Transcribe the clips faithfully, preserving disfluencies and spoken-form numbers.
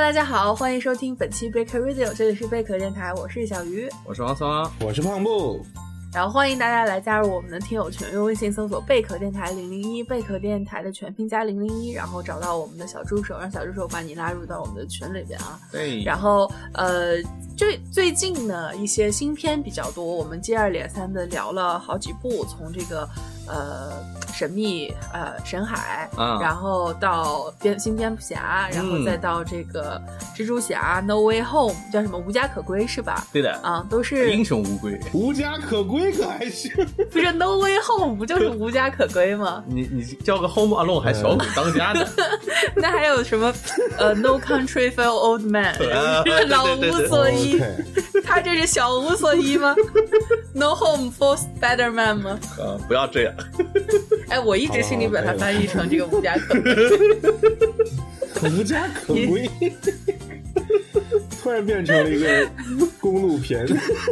大家好，欢迎收听本期贝壳 Radio， 这里是贝壳电台，我是小鱼， 我是王松， 我是胖布。 然后欢迎大家来加入我们的听友群，用微信搜索贝壳电台零零一，贝壳电台的全拼加零零一，然后找到我们的小助手，让小助手把你拉入到我们的群里边啊。 对。 然后呃，最最近呢一些新片比较多，我们接二连三的聊了好几部，从这个呃神秘呃神海、啊，然后到蝙新蝙蝠侠，然后再到这个蜘蛛侠、嗯、No Way Home， 叫什么无家可归是吧？ 对的啊，都是英雄无归， 无家可归可还行， 不是 No Way Home 不就是无家可归吗？ 你你叫个 Home Alone 还小狗当家的， 那还有什么呃 No Country for Old Man， 老无所依，他这是小无所依吗？No Home for Spider-Man 吗？ 啊，不要这样。 哎，我一直心里把它翻译成这个无家可归。 无家可归，突然变成了一个公路片。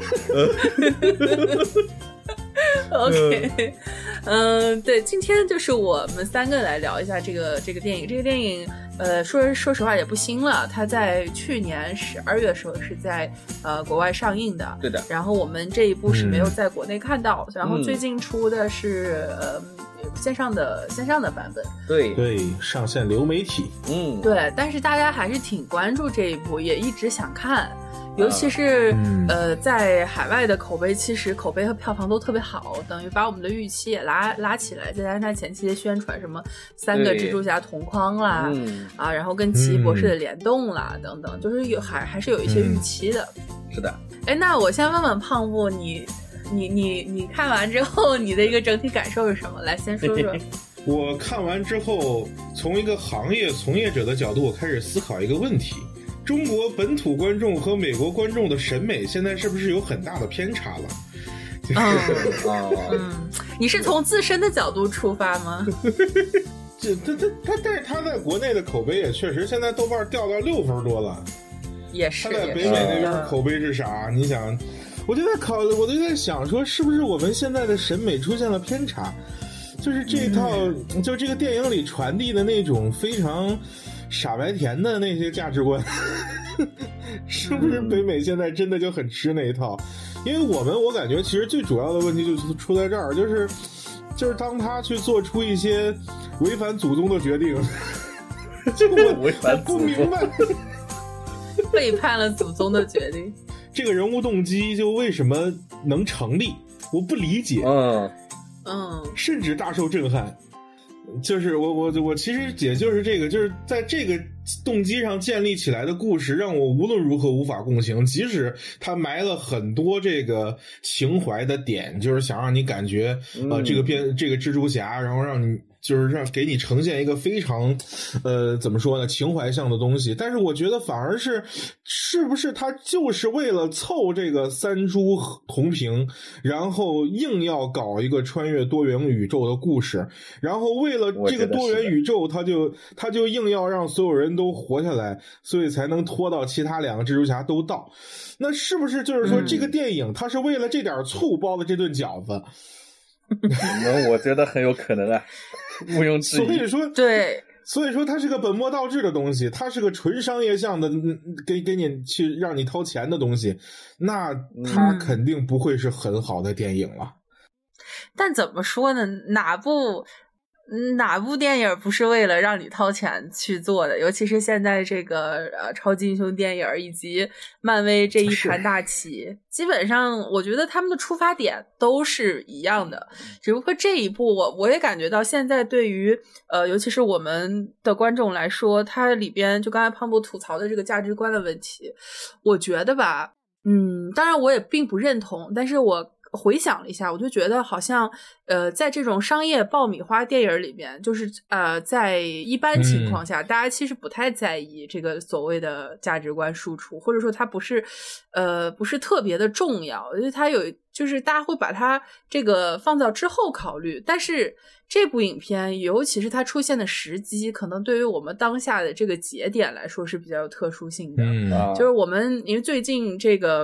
OK， 嗯，对，今天就是我们三个来聊一下这个这个电影。这个电影，呃，说说实话也不新了，它在去年十二月的时候是在呃国外上映的。 对的。 然后我们这一部是没有在国内看到，嗯、然后最近出的是呃线上的线上的版本。 对对，上线流媒体。 嗯， 对，但是大家还是挺关注这一部，也一直想看。尤其是、嗯、呃，在海外的口碑，其实口碑和票房都特别好，等于把我们的预期也拉拉起来。再加上它前期的宣传，什么三个蜘蛛侠同框啦， 嗯、 啊，然后跟奇异博士的联动啦，嗯、等等，就是有还还是有一些预期的。 嗯、是的。 哎，那我先问问胖布，你你你你看完之后，你的一个整体感受是什么？来，先说说。 我看完之后，从一个行业从业者的角度，我开始思考一个问题。中国本土观众和美国观众的审美现在是不是有很大的偏差了？ 嗯，嗯你是从自身的角度出发吗？ 这他他他，但是他在国内的口碑也确实现在豆瓣掉到六分多了， 也是。 他在北美那边口碑是啥？你想，我就在考，我就在想说，是不是我们现在的审美出现了偏差？就是这套，嗯、就这个电影里传递的那种非常傻白甜的那些价值观，是不是北美现在真的就很吃那一套？因为我们我感觉其实最主要的问题就出在这儿，就是就是当他去做出一些违反祖宗的决定，就我违反不明白， 背叛了祖宗的决定， 这个人物动机就为什么能成立？我不理解， 嗯嗯， 甚至大受震撼。就是我我我其实也就是这个，就是在这个动机上建立起来的故事，让我无论如何无法共情。即使他埋了很多这个情怀的点，就是想让你感觉，呃，这个变这个蜘蛛侠，然后让你就是让给你呈现一个非常，呃，怎么说呢，情怀向的东西。但是我觉得反而是，是不是他就是为了凑这个三株同屏，然后硬要搞一个穿越多元宇宙的故事，然后为了这个多元宇宙，他就他就硬要让所有人都活下来，所以才能拖到其他两个蜘蛛侠都到。那是不是就是说，这个电影它是为了这点醋包的这顿饺子？ 那我觉得很有可能啊，毋庸置疑。 所以说， 对， 所以说它是个本末倒置的东西，它是个纯商业向的，给给你去让你掏钱的东西，那它肯定不会是很好的电影了。 嗯、但怎么说呢？哪部？哪部电影不是为了让你掏钱去做的？尤其是现在这个呃超级英雄电影以及漫威这一盘大棋，基本上我觉得他们的出发点都是一样的，只不过这一部我我也感觉到现在对于呃尤其是我们的观众来说，它里边就刚才胖布吐槽的这个价值观的问题，我觉得吧，嗯，当然我也并不认同，但是我回想了一下，我就觉得好像呃在这种商业爆米花电影里面，就是呃在一般情况下、嗯、大家其实不太在意这个所谓的价值观输出，或者说它不是呃不是特别的重要，因为它有就是大家会把它这个放到之后考虑，但是这部影片尤其是它出现的时机，可能对于我们当下的这个节点来说是比较有特殊性的、 嗯、 就是我们因为最近这个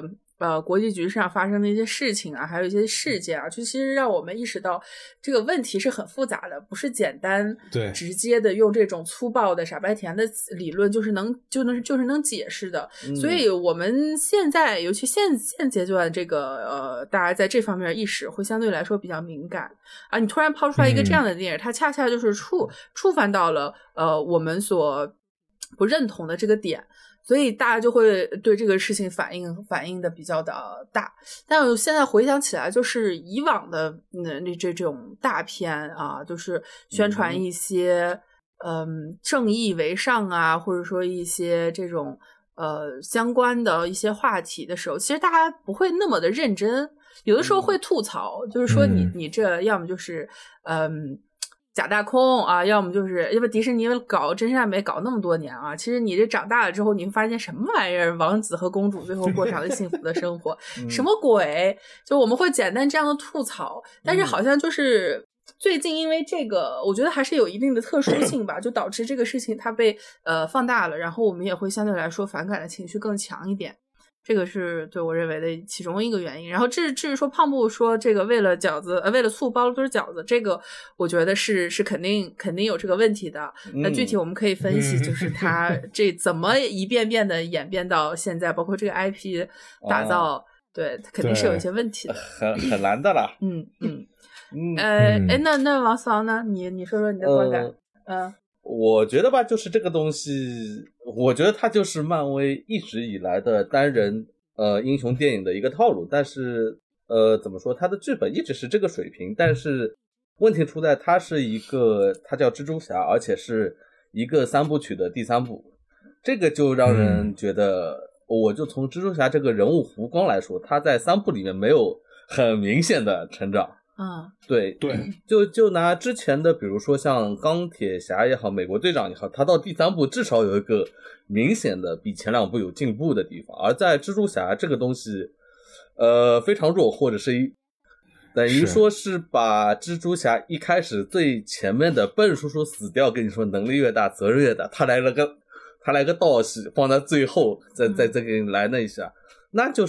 呃国际局势上发生的一些事情啊，还有一些事件啊，就其实让我们意识到这个问题是很复杂的，不是简单对直接的用这种粗暴的傻白甜的理论就是能就能就是能解释的。 嗯、 所以我们现在尤其现现阶段这个呃大家在这方面意识会相对来说比较敏感啊，你突然抛出来一个这样的电影，嗯、它恰恰就是触触犯到了呃我们所不认同的这个点，所以大家就会对这个事情反应反应的比较的大。但我现在回想起来，就是以往的嗯这这种大片啊，就是宣传一些嗯、呃、正义为上啊，或者说一些这种呃相关的一些话题的时候，其实大家不会那么的认真，有的时候会吐槽，嗯、就是说你你这要么就是嗯。假大空啊，要么就是因为迪士尼搞真善美搞那么多年啊，其实你这长大了之后，你会发现什么玩意儿，王子和公主最后过上了幸福的生活，嗯、什么鬼？就我们会简单这样的吐槽，但是好像就是最近因为这个，我觉得还是有一定的特殊性吧，就导致这个事情它被呃放大了，然后我们也会相对来说反感的情绪更强一点。这个是对我认为的其中一个原因。然后至至于说胖布说这个为了饺子呃为了醋包了堆饺子，这个我觉得是是肯定肯定有这个问题的。那具体我们可以分析，就是他这怎么一遍遍的演变到现在，包括这个 I P 打造，哦、对，肯定是有一些问题的， 很很难的啦。 嗯嗯嗯，呃，哎，那那王思王呢？你你说说你的观感？嗯。呃我觉得吧，就是这个东西，我觉得它就是漫威一直以来的单人呃英雄电影的一个套路。但是呃怎么说，它的剧本一直是这个水平，但是问题出在它是一个，它叫蜘蛛侠，而且是一个三部曲的第三部，这个就让人觉得，嗯、我就从蜘蛛侠这个人物弧光来说，他在三部里面没有很明显的成长。 嗯， 对对， 就就拿之前的，比如说像钢铁侠也好，美国队长也好，他到第三部至少有一个明显的比前两部有进步的地方，而在蜘蛛侠这个东西，呃，非常弱，或者是一等于说是把蜘蛛侠一开始最前面的笨叔叔死掉，跟你说能力越大责任越大，他来了个他来个道喜放在最后，再再再给你来那一下，那就是。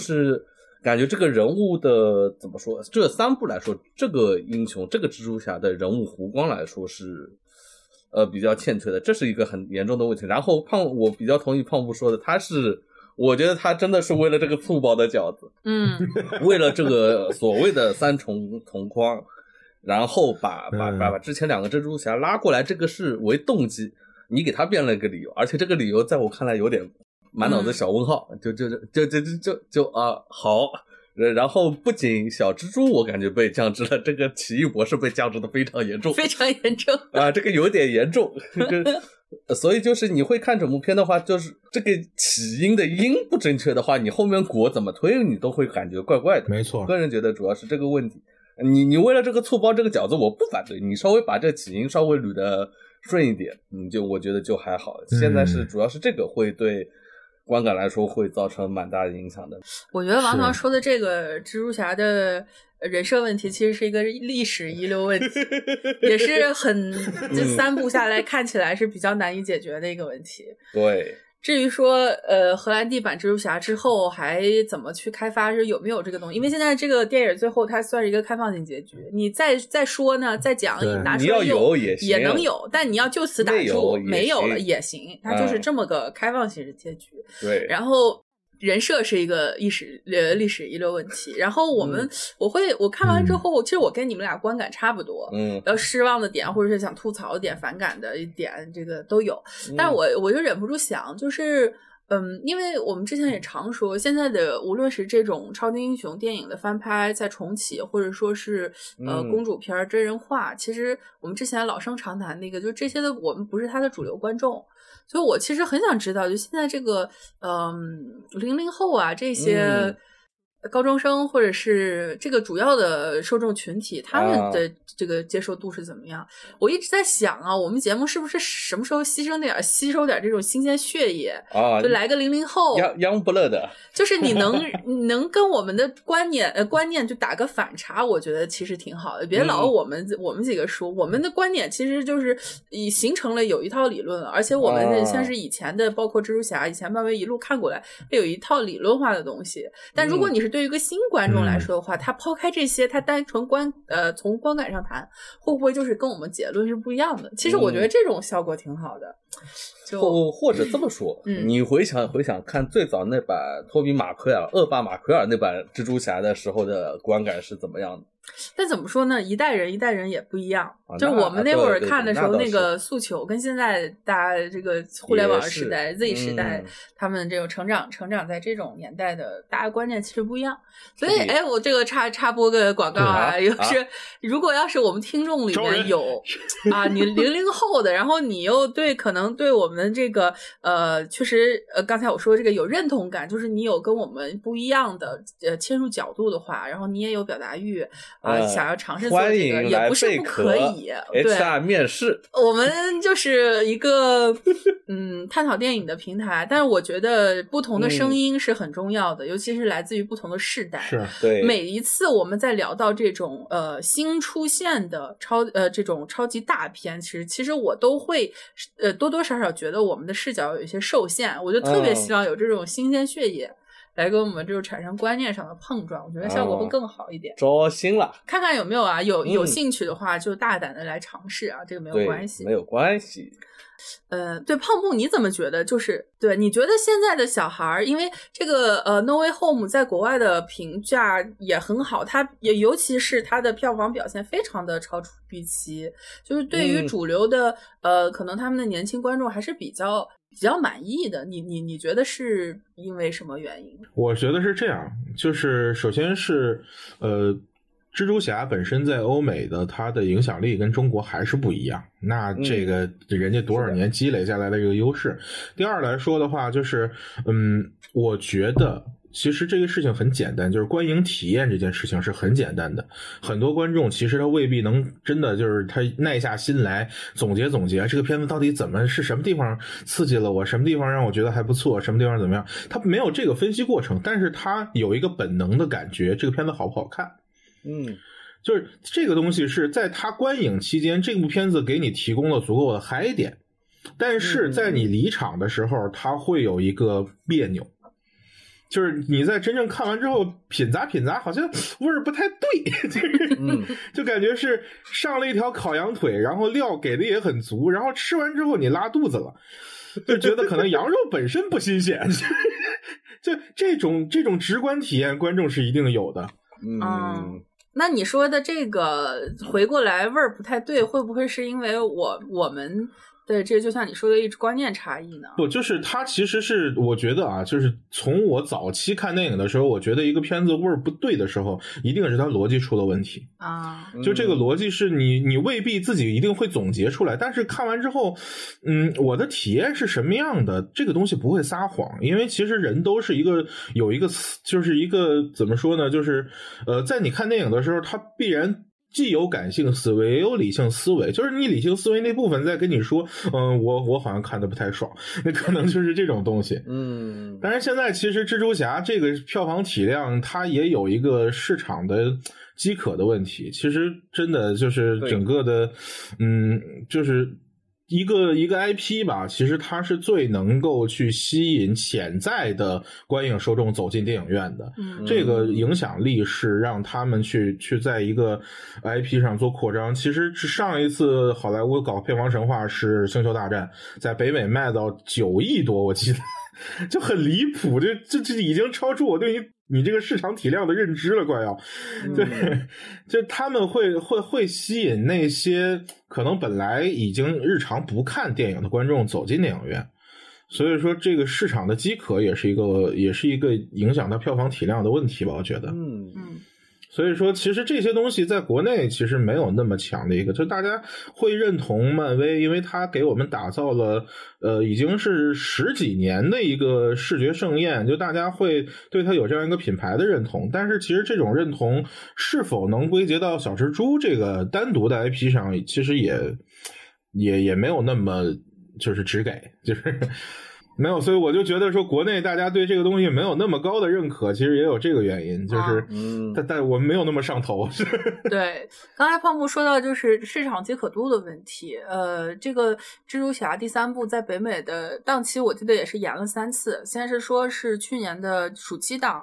感觉这个人物的怎么说？这三部来说，这个英雄，这个蜘蛛侠的人物弧光来说是，呃，比较欠缺的，这是一个很严重的问题。然后胖，我比较同意胖布说的，他是，我觉得他真的是为了这个醋包的饺子， 嗯， 为了这个所谓的三重同框，然后把把把把之前两个蜘蛛侠拉过来，这个是为动机，你给他编了一个理由，而且这个理由在我看来有点。满脑子小问号，嗯、就就就就就就就就啊好，然后不仅小蜘蛛我感觉被降智了，这个奇异博士被降智的非常严重， 非常严重啊，这个有点严重。所以就是你会看整部片的话，就是这个起因的因不正确的话，你后面果怎么推你都会感觉怪怪的。 没错， 个人觉得主要是这个问题。你你为了这个醋包这个饺子，我不反对，你稍微把这起因稍微捋得顺一点，你就我觉得就还好。现在是主要是这个会对。观感来说会造成蛮大的影响的。 我觉得王唐说的这个蜘蛛侠的人设问题其实是一个历史遗留问题，也是很这三部下来看起来是比较难以解决的一个问题。 对。 至于说呃荷兰弟版蜘蛛侠之后还怎么去开发，是有没有这个东西，因为现在这个电影最后它算是一个开放性结局，你再再说呢再讲拿出来你要有也行也能有，但你要就此打住没有了也行，它就是这么个开放性的结局。 对， 然后人设是一个历史呃历史遗留问题，然后我们、嗯、我会我看完之后、嗯、其实我跟你们俩观感差不多， 嗯， 要失望的点或者是想吐槽的点反感的一点这个都有，但我我就忍不住想，就是嗯，因为我们之前也常说，现在的无论是这种超级英雄电影的翻拍再重启，或者说是呃公主片真人化、嗯、其实我们之前老生常谈那个就这些的我们不是他的主流观众，所以我其实很想知道，就现在这个嗯零零后啊这些高中生或者是这个主要的受众群体，他们的这个接受度是怎么样、啊、我一直在想啊，我们节目是不是什么时候牺牲点吸收点这种新鲜血液啊，就来个零零后 young young blood， 就是你能你能跟我们的观念呃观念就打个反差，我觉得其实挺好的，别老我们、嗯、我们几个说我们的观点其实就是已形成了有一套理论了，而且我们像是以前的、啊、包括蜘蛛侠以前漫威一路看过来有一套理论化的东西，但如果你是对于一个新观众来说的话，嗯、他抛开这些，他单纯观呃从观感上谈，会不会就是跟我们结论是不一样的？其实我觉得这种效果挺好的。嗯、就或或者这么说，嗯、你回想回想看最早那版托比马奎尔恶霸马奎尔那版蜘蛛侠的时候的观感是怎么样的？ 但怎么说呢？一代人一代人也不一样。啊、就是我们那会儿看的时候，那个诉求跟现在大家这个互联网时代、Z 时代，嗯、他们这种成长成长在这种年代的大家观念其实不一样。所以，哎，我这个插插播个广告啊，又、啊、是、啊、如果要是我们听众里面有啊，你零零后的，然后你又对可能对我们这个呃，确实呃，刚才我说这个有认同感，就是你有跟我们不一样的呃切入角度的话，然后你也有表达欲。啊、呃，想要尝试做这个也不是不可以。对 H R 面试， 我们就是一个嗯探讨电影的平台，但是我觉得不同的声音是很重要的，嗯、尤其是来自于不同的世代。 是， 对。 每一次我们在聊到这种呃新出现的超呃这种超级大片，其实其实我都会呃多多少少觉得我们的视角有一些受限，我就特别希望有这种新鲜血液。嗯来跟我们就产生观念上的碰撞，我觉得效果会更好一点。 哦、招新了， 看看有没有啊？有有兴趣的话，就大胆的来尝试啊，这个没有关系， 没有关系。 呃，对，胖布你怎么觉得？就是对，你觉得现在的小孩，因为这个呃《No Way Home》在国外的评价也很好，它也尤其是它的票房表现非常的超出预期，就是对于主流的、嗯、呃，可能他们的年轻观众还是比较。比较满意的，你你你觉得是因为什么原因？ 我觉得是这样，就是首先是呃，蜘蛛侠本身在欧美的它的影响力跟中国还是不一样，那这个人家多少年积累下来的这个优势。第二来说的话，就是嗯，我觉得。其实这个事情很简单，就是观影体验这件事情是很简单的。很多观众其实他未必能真的就是他耐下心来总结总结这个片子到底怎么是什么地方刺激了我，什么地方让我觉得还不错，什么地方怎么样，他没有这个分析过程，但是他有一个本能的感觉，这个片子好不好看。 嗯， 就是这个东西是在他观影期间，这部片子给你提供了足够的嗨点，但是在你离场的时候，他会有一个别扭。就是你在真正看完之后品杂品杂好像味儿不太对，就是、嗯、就感觉是上了一条烤羊腿，然后料给的也很足，然后吃完之后你拉肚子了，就觉得可能羊肉本身不新鲜，就这种这种直观体验观众是一定有的。 嗯，嗯那你说的这个回过来味儿不太对，会不会是因为我我们对，这就像你说的一观念差异呢。 不，就是它其实是我觉得啊，就是从我早期看电影的时候，我觉得一个片子味儿不对的时候，一定是它逻辑出了问题啊。 就这个逻辑是你你未必自己一定会总结出来，但是看完之后，嗯，我的体验是什么样的，这个东西不会撒谎，因为其实人都是一个有一个就是一个怎么说呢，就是呃，在你看电影的时候，它必然。既有感性思维也有理性思维，就是你理性思维那部分在跟你说嗯，我我好像看得不太爽，那可能就是这种东西。 嗯， 但是现在其实蜘蛛侠这个票房体量它也有一个市场的饥渴的问题，其实真的就是整个的嗯，就是一个一个 I P 吧，其实它是最能够去吸引潜在的观影受众走进电影院的。 嗯， 这个影响力是让他们去去在一个 I P 上做扩张。其实上一次好莱坞搞票房神话是星球大战，在北美卖到九亿多，我记得就很离谱，这这这已经超出我对于你这个市场体量的认知了，快要。对，就他们会会会吸引那些可能本来已经日常不看电影的观众走进电影院，所以说这个市场的饥渴也是一个也是一个影响它票房体量的问题吧，我觉得。 嗯嗯。 所以说其实这些东西在国内其实没有那么强的一个，就大家会认同漫威，因为它给我们打造了呃已经是十几年的一个视觉盛宴，就大家会对它有这样一个品牌的认同。但是其实这种认同是否能归结到小蜘蛛这个单独的 I P 上，其实也也也没有那么就是只给就是没有，所以我就觉得说国内大家对这个东西没有那么高的认可，其实也有这个原因，就是、啊、但但我们没有那么上头。 对，刚才胖布说到就是市场饥渴度的问题，呃，这个蜘蛛侠第三部在北美的档期我记得也是延了三次，先是说是去年的暑期档，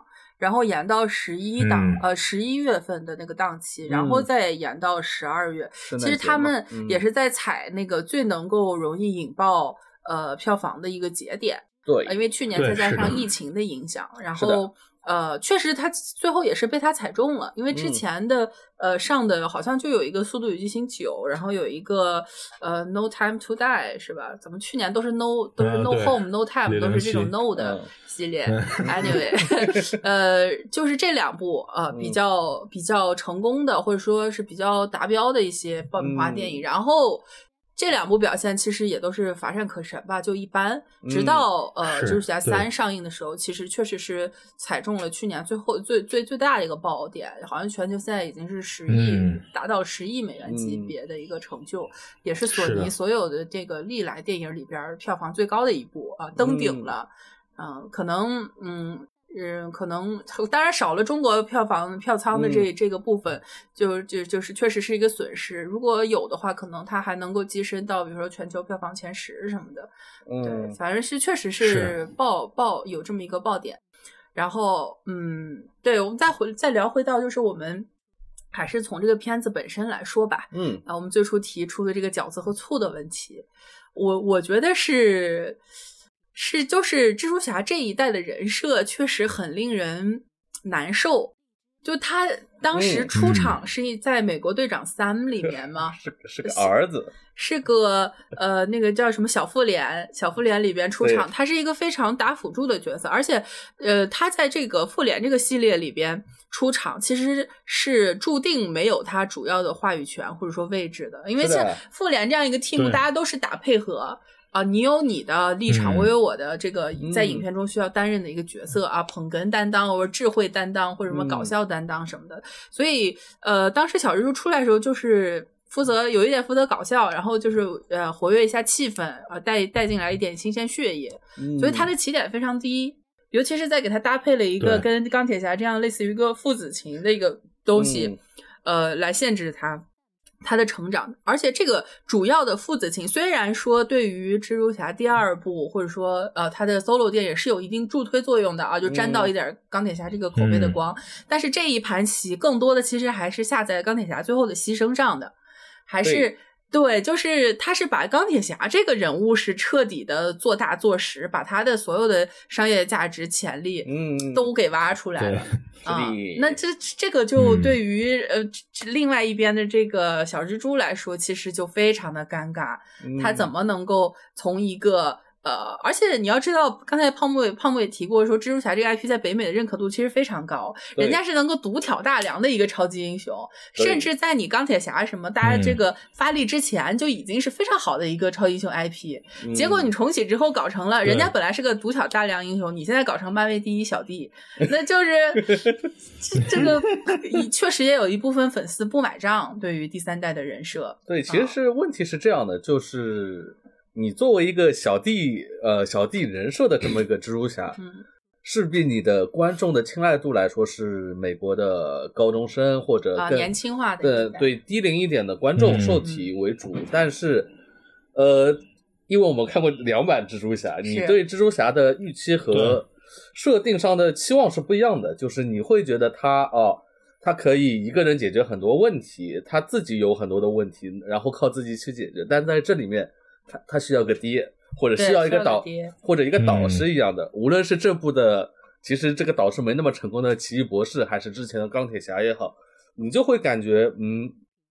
然后延到十一档、 嗯、 呃十一月份的那个档期，然后再延到十二月。 嗯、 其实他们也是在踩那个最能够容易引爆呃票房的一个节点。 对， 因为去年再加上疫情的影响，然后呃，确实他最后也是被他踩中了，因为之前的、嗯、呃上的好像就有一个《速度与激情九》，然后有一个呃《No Time to Die》是吧？怎么去年都是 No 都是 No Home、uh, No Time 都是这种 No 的系列。 嗯、 anyway， 呃，就是这两部呃比较、嗯、比较成功的，或者说是比较达标的一些爆米花电影，嗯、然后。这两部表现其实也都是乏善可陈吧，就一般。直到、嗯、呃《蜘蛛侠三》上映的时候，其实确实是踩中了去年最后最最最大的一个爆点，好像全球现在已经是十亿、嗯，达到十亿美元级别的一个成就，嗯、也是索尼所有的这个历来电影里边票房最高的一部啊，登顶了。嗯、呃，可能嗯。嗯，可能当然少了中国票房票仓的这、嗯、这个部分，就就就是确实是一个损失。如果有的话，可能它还能够跻身到比如说全球票房前十什么的。 嗯， 对，反正是确实是爆爆有这么一个爆点。然后，嗯，对，我们再回再聊回到就是我们还是从这个片子本身来说吧。 嗯， 啊，我们最初提出的这个饺子和醋的问题，我我觉得是。是，就是蜘蛛侠这一代的人设确实很令人难受。就他当时出场是在美国队长三里面吗？ 嗯、是是个儿子， 是个呃那个叫什么小复联，小复联里边出场，他是一个非常打辅助的角色，而且呃他在这个复联这个系列里边出场，其实是注定没有他主要的话语权或者说位置的，因为像复联这样一个 team， 大家都是打配合。啊，你有你的立场， 嗯、 我有我的这个在影片中需要担任的一个角色、嗯、啊，捧哏担当或者智慧担当或者什么搞笑担当什么的。嗯、所以呃，当时小蜘蛛出来的时候，就是负责有一点负责搞笑，然后就是呃活跃一下气氛，啊带带进来一点新鲜血液。 嗯、 所以他的起点非常低，尤其是在给他搭配了一个跟钢铁侠这样类似于一个父子情的一个东西，嗯、呃，来限制他。他的成长，而且这个主要的父子情虽然说对于蜘蛛侠第二部或者说呃他的 solo 电影是有一定助推作用的啊，就沾到一点钢铁侠这个口碑的光、嗯、但是这一盘棋更多的其实还是下在钢铁侠最后的牺牲上的，还是对，就是他是把钢铁侠这个人物是彻底的做大做实，把他的所有的商业价值潜力嗯都给挖出来了。啊、 嗯， 那这这个就对于、嗯、呃另外一边的这个小蜘蛛来说，其实就非常的尴尬， 嗯、 他怎么能够从一个呃，而且你要知道，刚才胖木也胖木也提过说，蜘蛛侠这个 I P 在北美的认可度其实非常高，人家是能够独挑大梁的一个超级英雄，甚至在你钢铁侠什么大家这个发力之前就已经是非常好的一个超级英雄 I P，、嗯、结果你重启之后搞成了人家本来是个独挑大梁英雄，你现在搞成漫威第一小弟，那就是这个确实也有一部分粉丝不买账，对于第三代的人设。 对，其实是、啊、问题是这样的，就是你作为一个小弟呃小弟人设的这么一个蜘蛛侠， 嗯， 势必你的观众的青睐度来说是美国的高中生或者更、 啊、年轻化的对对低龄一点的观众受体为主、嗯、但是呃因为我们看过两版蜘蛛侠，你对蜘蛛侠的预期和设定上的期望是不一样的，就是你会觉得他哦他可以一个人解决很多问题，他自己有很多的问题然后靠自己去解决，但在这里面他他需要个爹，或者需要一个导，或者一个导师一样的、嗯、无论是这部的其实这个导师没那么成功的奇异博士，还是之前的钢铁侠也好，你就会感觉嗯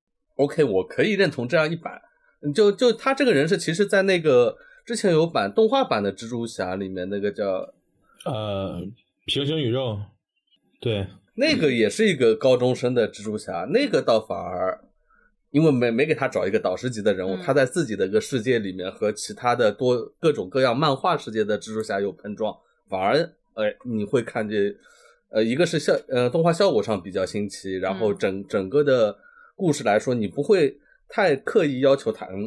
OK 我可以认同这样一版，就就他这个人是其实在那个之前有版动画版的蜘蛛侠里面那个叫呃平行宇宙，对， 那个也是一个高中生的蜘蛛侠，那个倒反而因为没没给他找一个导师级的人物、嗯、他在自己的一个世界里面和其他的多各种各样漫画世界的蜘蛛侠有碰撞，反而呃你会看见呃一个是效呃动画效果上比较新奇，然后整、嗯、整个的故事来说你不会太刻意要求他嗯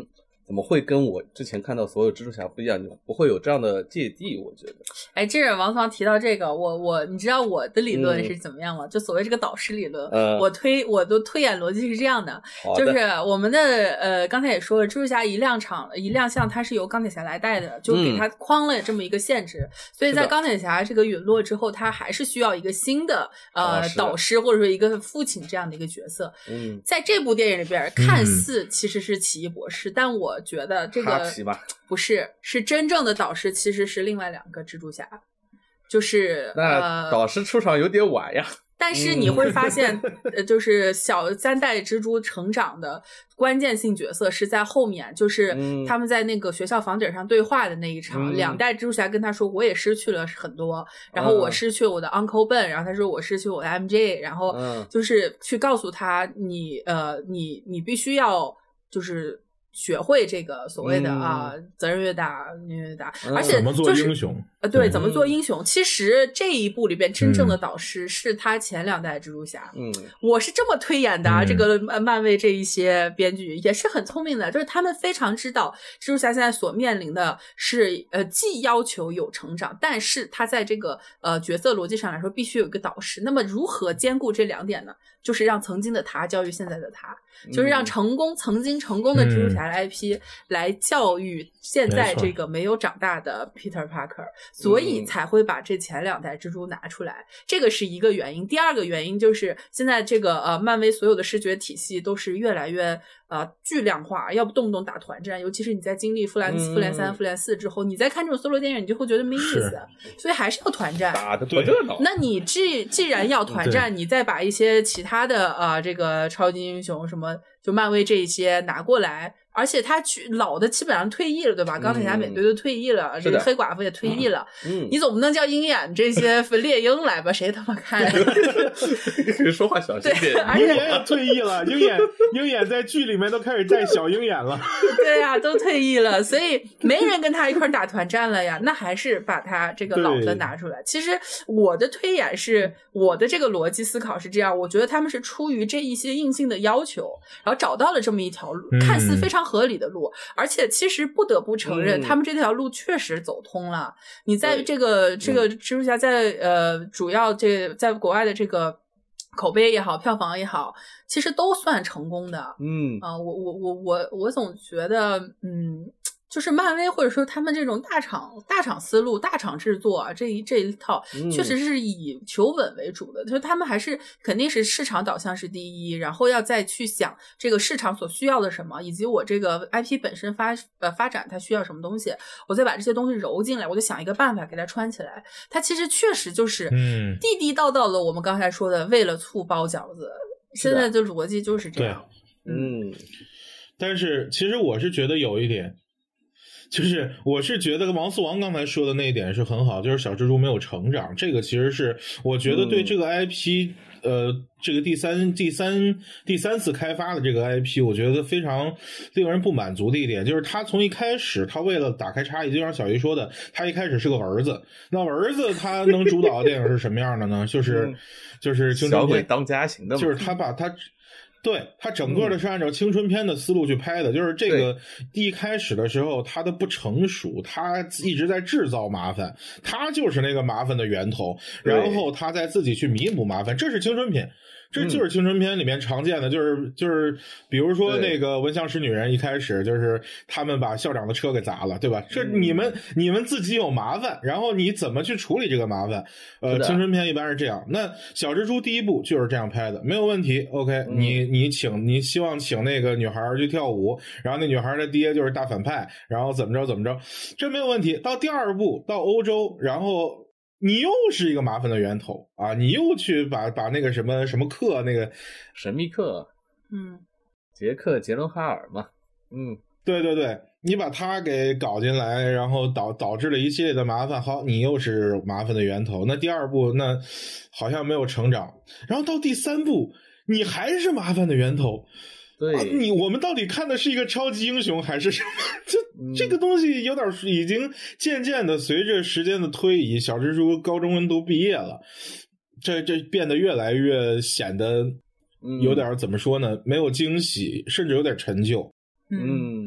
怎么会跟我之前看到所有蜘蛛侠不一样？你不会有这样的芥蒂，我觉得。 哎，这是王芳提到这个，我我你知道我的理论是怎么样吗？嗯、就所谓这个导师理论， 嗯、 我推我的推演逻辑是这样的， 的就是我们的呃刚才也说了，蜘蛛侠一亮场一亮相，它是由钢铁侠来带的，就给他框了这么一个限制，嗯、所以在钢铁侠这个陨落之后，他还是需要一个新的呃导师或者说一个父亲这样的一个角色。 嗯，在这部电影里边，看似其实是奇异博士，嗯、但我觉得这个不是，是真正的导师其实是另外两个蜘蛛侠，就是那导师出场有点晚呀。 呃、但是你会发现，呃，就是小三代蜘蛛成长的关键性角色是在后面，就是他们在那个学校房顶上对话的那一场，嗯、两代蜘蛛侠跟他说，我也失去了很多，然后我失去我的 Uncle Ben，、嗯、然后他说我失去我的 M J， 然后就是去告诉他，你呃，你你必须要就是。学会这个所谓的、嗯、啊，责任越大越大，而且、就是、 怎么做英雄？ 呃，对，怎么做英雄？其实这一部里边真正的导师是他前两代蜘蛛侠。嗯，我是这么推演的啊。嗯、这个漫威这一些编剧也是很聪明的，就是他们非常知道蜘蛛侠现在所面临的是呃，既要求有成长，但是他在这个呃角色逻辑上来说必须有一个导师。那么如何兼顾这两点呢？就是让曾经的他教育现在的他，就是让成功、嗯、曾经成功的蜘蛛侠的 I P 来教育现在这个没有长大的 Peter Parker， 所以才会把这前两代蜘蛛拿出来，这个是一个原因。第二个原因就是现在这个呃漫威所有的视觉体系都是越来越呃巨量化，要不动不动打团战，尤其是你在经历复联、复联三、复联四之后，你再看这种 solo 电影，你就会觉得没意思，所以还是要团战， 打得多热闹。 那你既既然要团战，你再把一些其他的啊、呃、这个超级英雄什么就漫威这一些拿过来。而且他去老的基本上退役了，对吧？钢铁侠、美队都退役了，这个黑寡妇也退役了。嗯，你总不能叫鹰眼这些猎鹰来吧？谁他妈看呀？ 说话小心点。 鹰眼也退役了，鹰眼鹰眼在剧里面都开始带小鹰眼了。 对呀、啊，都退役了，所以没人跟他一块打团战了呀。那还是把他这个老的拿出来。其实我的推演是，我的这个逻辑思考是这样，我觉得他们是出于这一些硬性的要求，然后找到了这么一条路，看似非常合理的路，而且其实不得不承认，嗯、他们这条路确实走通了。你在这个这个蜘蛛侠在呃主要这在国外的这个口碑也好，票房也好，其实都算成功的。嗯啊、呃，我我我我我总觉得，嗯。就是漫威或者说他们这种大厂大厂思路大厂制作啊，这一这一套确实是以求稳为主的，嗯、就是他们还是肯定是市场导向是第一，然后要再去想这个市场所需要的什么，以及我这个 I P 本身发呃发展它需要什么东西，我再把这些东西揉进来，我就想一个办法给它穿起来。它其实确实就是地地道道的我们刚才说的为了醋包饺子，现在的逻辑就是这样。 嗯，但是其实我是觉得有一点。就是我是觉得王思王刚才说的那一点是很好，就是小蜘蛛没有成长，这个其实是我觉得对这个 I P、嗯、呃这个第三第三第三次开发的这个 I P 我觉得非常令人不满足的一点，就是他从一开始他为了打开差异，就像小鱼说的，他一开始是个儿子，那儿子他能主导的电影是什么样的呢？就是就是小鬼当家型的嘛， 就是他把他对，他整个的是按照青春片的思路去拍的，嗯、就是这个一开始的时候他的不成熟，他一直在制造麻烦，他就是那个麻烦的源头，然后他再自己去弥补麻烦，这是青春片。这就是青春片里面常见的，就是就是比如说那个闻香识女人，一开始就是他们把校长的车给砸了，对吧？这你们、嗯、你们自己有麻烦，然后你怎么去处理这个麻烦？呃，青春片一般是这样。那小蜘蛛第一部就是这样拍的，没有问题。OK，、嗯、你你请你希望请那个女孩去跳舞，然后那女孩的爹就是大反派，然后怎么着怎么着，这没有问题。到第二部到欧洲，然后。你又是一个麻烦的源头啊！你又去把把那个什么什么克那个神秘客， 嗯， 杰克杰伦哈尔嘛，嗯， 对对对，你把他给搞进来，然后导导致了一系列的麻烦。好，你又是麻烦的源头。那第二部那好像没有成长，然后到第三部你还是麻烦的源头。 对、 啊，你我们到底看的是一个超级英雄还是什么？这、嗯、这个东西有点已经渐渐的随着时间的推移，小蜘蛛高中都毕业了，这这变得越来越显得有点、嗯、怎么说呢？没有惊喜，甚至有点陈旧。 嗯，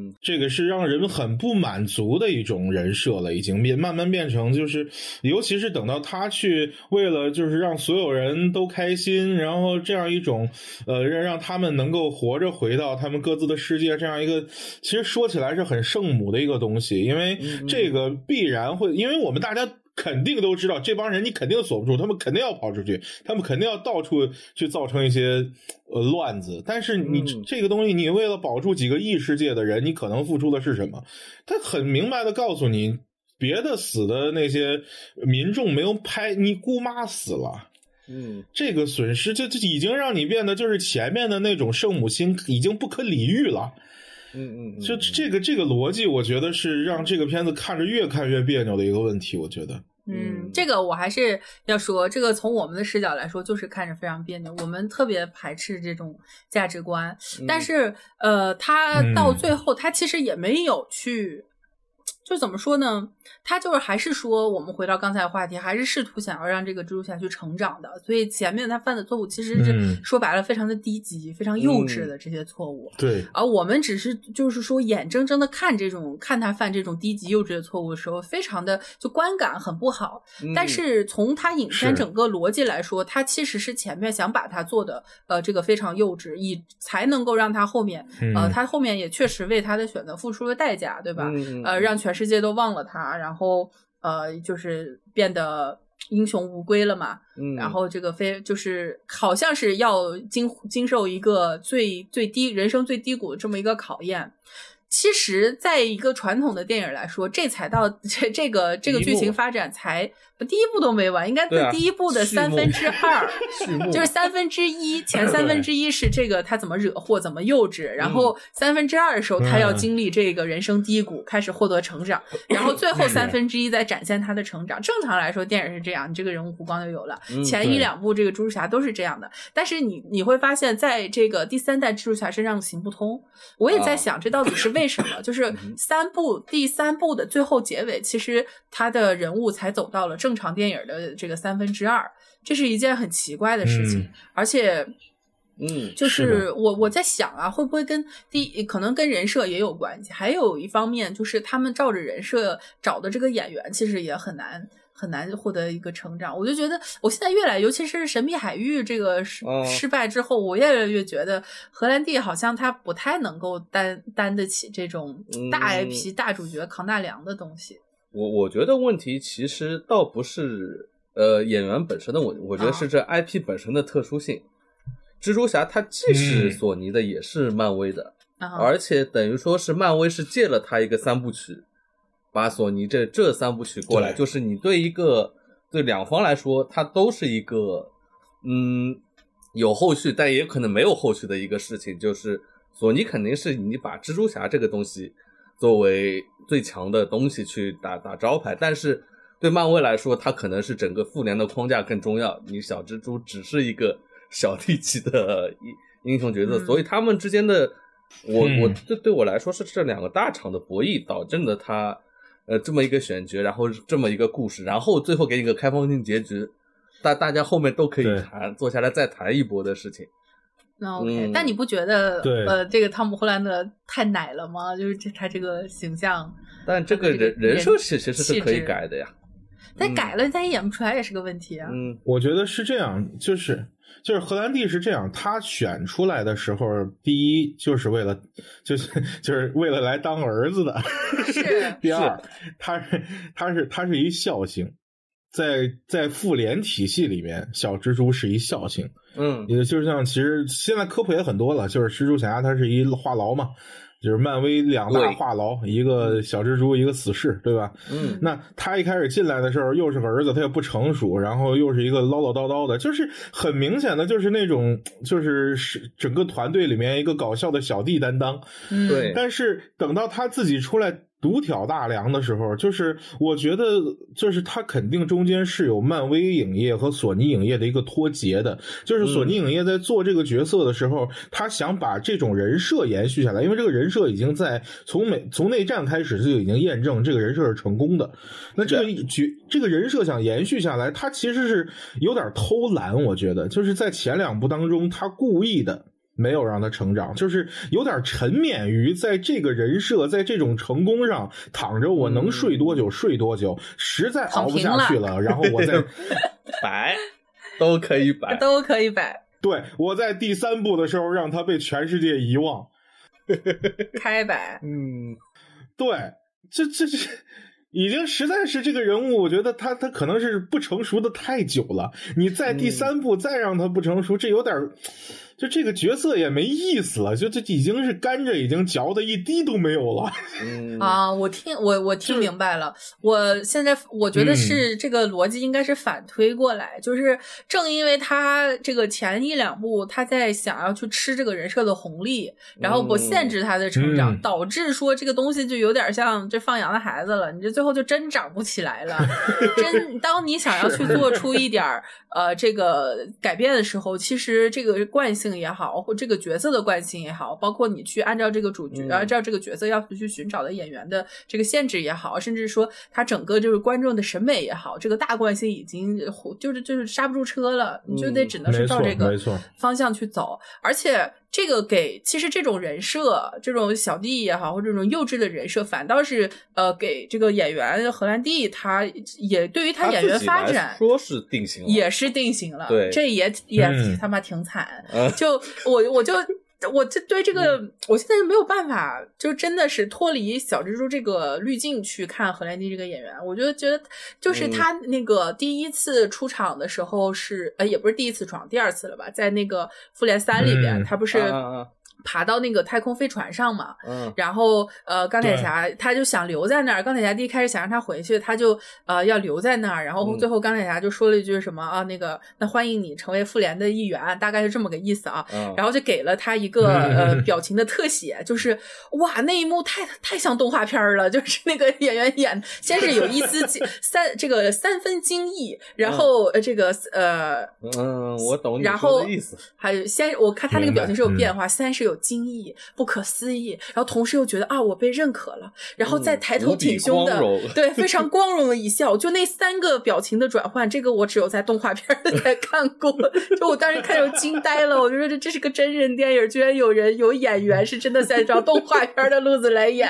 嗯， 这个是让人很不满足的一种人设了，已经变慢慢变成就是，尤其是等到他去为了就是让所有人都开心，然后这样一种呃让让他们能够活着回到他们各自的世界，这样一个其实说起来是很圣母的一个东西，因为这个必然会，因为我们大家肯定都知道这帮人你肯定锁不住，他们肯定要跑出去，他们肯定要到处去造成一些呃乱子，但是你这个东西你为了保住几个异世界的人，你可能付出的是什么？他很明白的告诉你，别的死的那些民众没有拍，你姑妈死了， 嗯， 这个损失就就已经让你变得就是前面的那种圣母心已经不可理喻了。 嗯嗯， 就这个这个逻辑，我觉得是让这个片子看着越看越别扭的一个问题。我觉得， 嗯，这个我还是要说，这个从我们的视角来说，就是看着非常别扭。我们特别排斥这种价值观， 嗯、 但是呃，他到最后，他其实也没有去。就怎么说呢，他就是还是说我们回到刚才的话题，还是试图想要让这个蜘蛛侠去成长的，所以前面他犯的错误其实是、嗯、说白了非常的低级非常幼稚的这些错误、 嗯、对， 而我们只是就是说眼睁睁的看这种看他犯这种低级幼稚的错误的时候，非常的就观感很不好、嗯、但是从他影片整个逻辑来说，他其实是前面想把他做的呃这个非常幼稚，以才能够让他后面、嗯、呃他后面也确实为他的选择付出了代价，对吧、嗯、呃让全世界都忘了他，然后呃就是变得英雄无归了嘛、嗯、然后这个非就是好像是要经经受一个最最低人生最低谷的这么一个考验。其实在一个传统的电影来说，这才到这这个这个剧情发展才第一部都没完，应该在第一部的三分之二、啊、就是三分之一前三分之一是这个他怎么惹祸怎么幼稚，然后三分之二的时候他要经历这个人生低谷、嗯、开始获得成长，然后最后三分之一再展现他的成长。正常来说电影是这样，你这个人物弧光就有了、嗯、前一两部这个蜘蛛侠都是这样的，但是你你会发现在这个第三代蜘蛛侠身上行不通。我也在想这到底是为什么，就是三部第三部的最后结尾，其实他的人物才走到了正常电影的这个三分之二，这是一件很奇怪的事情、嗯、而且嗯， 就是我我在想啊，会不会跟第可能跟人设也有关系，还有一方面就是他们照着人设找的这个演员其实也很难很难获得一个成长。我就觉得我现在越来尤其是神秘海域这个失、哦、失败之后，我越来越觉得荷兰弟好像他不太能够担担得起这种大 I P、嗯、大主角扛大梁的东西。 我我觉得问题其实倒不是呃演员本身的问题，我觉得是这 I P 本身的特殊性、哦、蜘蛛侠它既是索尼的、嗯、也是漫威的、嗯、而且等于说是漫威是借了它一个三部曲，把索尼这这三部曲过来，就是你对一个对两方来说它都是一个嗯有后续但也可能没有后续的一个事情，就是索尼肯定是你把蜘蛛侠这个东西作为最强的东西去打打招牌，但是对漫威来说它可能是整个复联的框架更重要，你小蜘蛛只是一个小弟级的英雄角色、嗯、所以他们之间的我我对对我来说是这两个大厂的博弈导致了他呃这么一个选角，然后这么一个故事，然后最后给你个开放性结局，大大家后面都可以谈坐下来再谈一波的事情。 那 OK、嗯、但你不觉得呃这个汤姆·霍兰德太奶了吗？就是这他这个形象， 但这个人人设其实是可以改的呀， 但改了他演不出来也是个问题啊。 嗯，我觉得是这样，就是就是荷兰弟是这样，他选出来的时候，第一就是为了就是就是为了来当儿子的， 是第二他是他是他是一孝星，在在复联体系里面，小蜘蛛是一孝星。 嗯， 也就像其实现在科普也很多了，就是蜘蛛侠他是一话痨嘛，就是漫威两大话痨，一个小蜘蛛，一个死侍，对吧？ 嗯， 那他一开始进来的时候又是个儿子，他也不成熟，然后又是一个唠唠叨叨的，就是很明显的就是那种就是整个团队里面一个搞笑的小弟担当。 嗯， 对。 但是等到他自己出来独挑大梁的时候，就是我觉得就是他肯定中间是有漫威影业和索尼影业的一个脱节的，就是索尼影业在做这个角色的时候、嗯、他想把这种人设延续下来，因为这个人设已经在从美从内战开始就已经验证这个人设是成功的，那这个这个人设想延续下来，他其实是有点偷懒，我觉得就是在前两部当中他故意的没有让他成长，就是有点沉湎于在这个人设，在这种成功上躺着，我能睡多久睡多久，实在熬不下去了，然后我再摆都可以摆， 都可以摆。 对，我在第三部的时候让他被全世界遗忘， 开摆。 嗯， 对，这这这。已经实在是这个人物，我觉得他他可能是不成熟的太久了。你在第三部再让他不成熟，嗯、这有点，就这个角色也没意思了。就这已经是甘蔗已经嚼的一滴都没有了。 嗯、 啊，我听我我听明白了。我现在我觉得是这个逻辑应该是反推过来，嗯、就是正因为他这个前一两部他在想要去吃这个人设的红利，然后不限制他的成长， 嗯、 导致说这个东西就有点像这放羊的孩子了，你这最后就真长不起来了。真，当你想要去做出一点呃这个改变的时候，其实这个惯性也好，或这个角色的惯性也好，包括你去按照这个主角、嗯、按照这个角色要去寻找的演员的这个限制也好，甚至说他整个就是观众的审美也好，这个大惯性已经就是就是刹不住车了，你就得只能是照这个方向去走，而且。这个给其实这种人设，这种小弟也好，或者这种幼稚的人设，反倒是呃给这个演员荷兰弟，他也对于他演员发展说是定型了， 也是定型了。 对， 这也也、嗯、他妈挺惨。嗯、就我我就。我这对这个、嗯、我现在就没有办法，就真的是脱离小蜘蛛这个滤镜去看荷兰弟这个演员。我觉得觉得就是他那个第一次出场的时候是、嗯、呃也不是第一次出场，第二次了吧，在那个复联三里边、嗯、他不是爬到那个太空飞船上嘛，嗯，然后呃钢铁侠他就想留在那儿，钢铁侠第一开始想让他回去，他就呃要留在那儿，然后最后钢铁侠就说了一句什么啊那个那欢迎你成为复联的一员，大概是这么个意思啊，嗯、然后就给了他一个呃表情的特写，就是哇那一幕太太像动画片了，就是那个演员演先是有一丝三这个三分惊异，然后呃这个呃嗯我懂你说的意思， 还有先我看他那个表情是有变化，先是有惊异不可思议，然后同时又觉得啊我被认可了，然后再抬头挺胸的、嗯、对非常光荣的一笑，就那三个表情的转换，这个我只有在动画片才看过，就我当时看就惊呆了，我就说这这是个真人电影，居然有人有演员是真的在照动画片的路子来演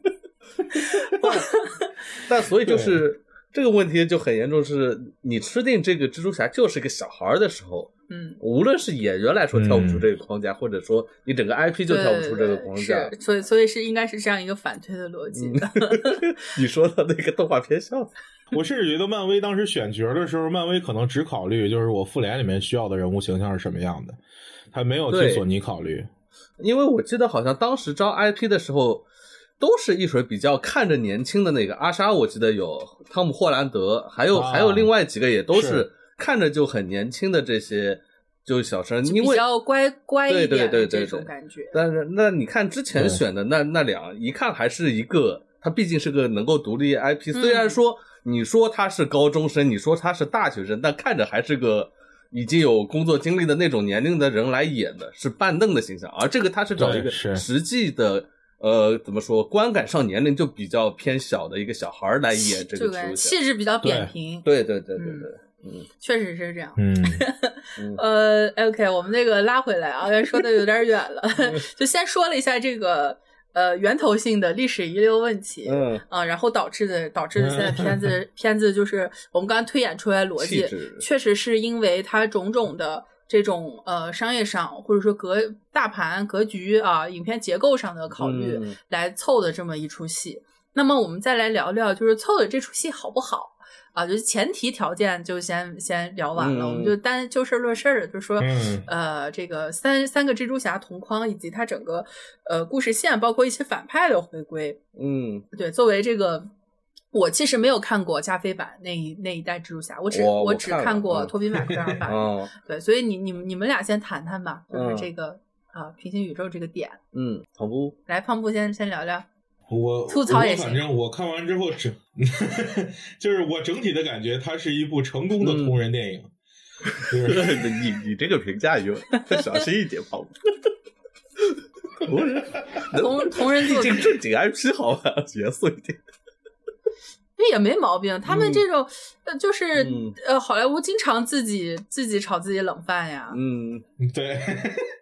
但所以就是这个问题就很严重，是你吃定这个蜘蛛侠就是个小孩的时候，嗯，无论是演员来说跳不出这个框架、嗯、或者说你整个 I P 就跳不出这个框架， 是所以所以是应该是这样一个反推的逻辑的、 嗯、你说的那个动画片笑我甚至觉得漫威当时选角的时候，漫威可能只考虑就是我复联里面需要的人物形象是什么样的，他没有替索尼考虑。 因为我记得好像当时招 I P 的时候都是一水比较看着年轻的那个阿莎，我记得有汤姆霍兰德，还有、啊、还有另外几个也都是看着就很年轻的这些就是小生，因为比较乖乖一点的这种感觉。 但是那你看之前选的那那俩，一看还是一个，他毕竟是个能够独立 I P，、嗯、虽然说你说他是高中生，你说他是大学生，但看着还是个已经有工作经历的那种年龄的人来演的，是板凳的形象，而这个他是找一个实际的。呃，怎么说？观感上年龄就比较偏小的一个小孩来演这个角色， 气质比较扁平。 对对对对对，嗯， 嗯确实是这样。 嗯， 呃 ，OK， 我们那个拉回来啊，说的有点远了，就先说了一下这个呃源头性的历史遗留问题，嗯啊，然后导致的导致的现在片子、嗯、片子就是我们刚刚推演出来逻辑，确实是因为它种种的。这种呃商业上或者说格大盘格局啊影片结构上的考虑来凑的这么一出戏、嗯、那么我们再来聊聊就是凑的这出戏好不好啊，就是前提条件就先先聊完了、嗯、我们就单就事论事的就说、嗯、呃这个三三个蜘蛛侠同框以及它整个呃故事线包括一些反派的回归， 嗯对，作为这个我其实没有看过加菲版那一那一代蜘蛛侠，我只我我只看过托比马奎尔版、 嗯， 对，所以你你你们俩先谈谈吧，就是这个、嗯、啊平行宇宙这个点。 嗯，胖布来，胖布先先聊聊。 我吐槽也行， 反正我看完之后整，就是我整体的感觉，它是一部成功的同人电影。 嗯、就是你你这个评价有小心一点，胖布。同人同同人毕竟正经 I P 好吧，严肃一点。 也没毛病，他们这种、嗯、就是、嗯、呃，好莱坞经常自己自己炒自己冷饭呀。 嗯， 对，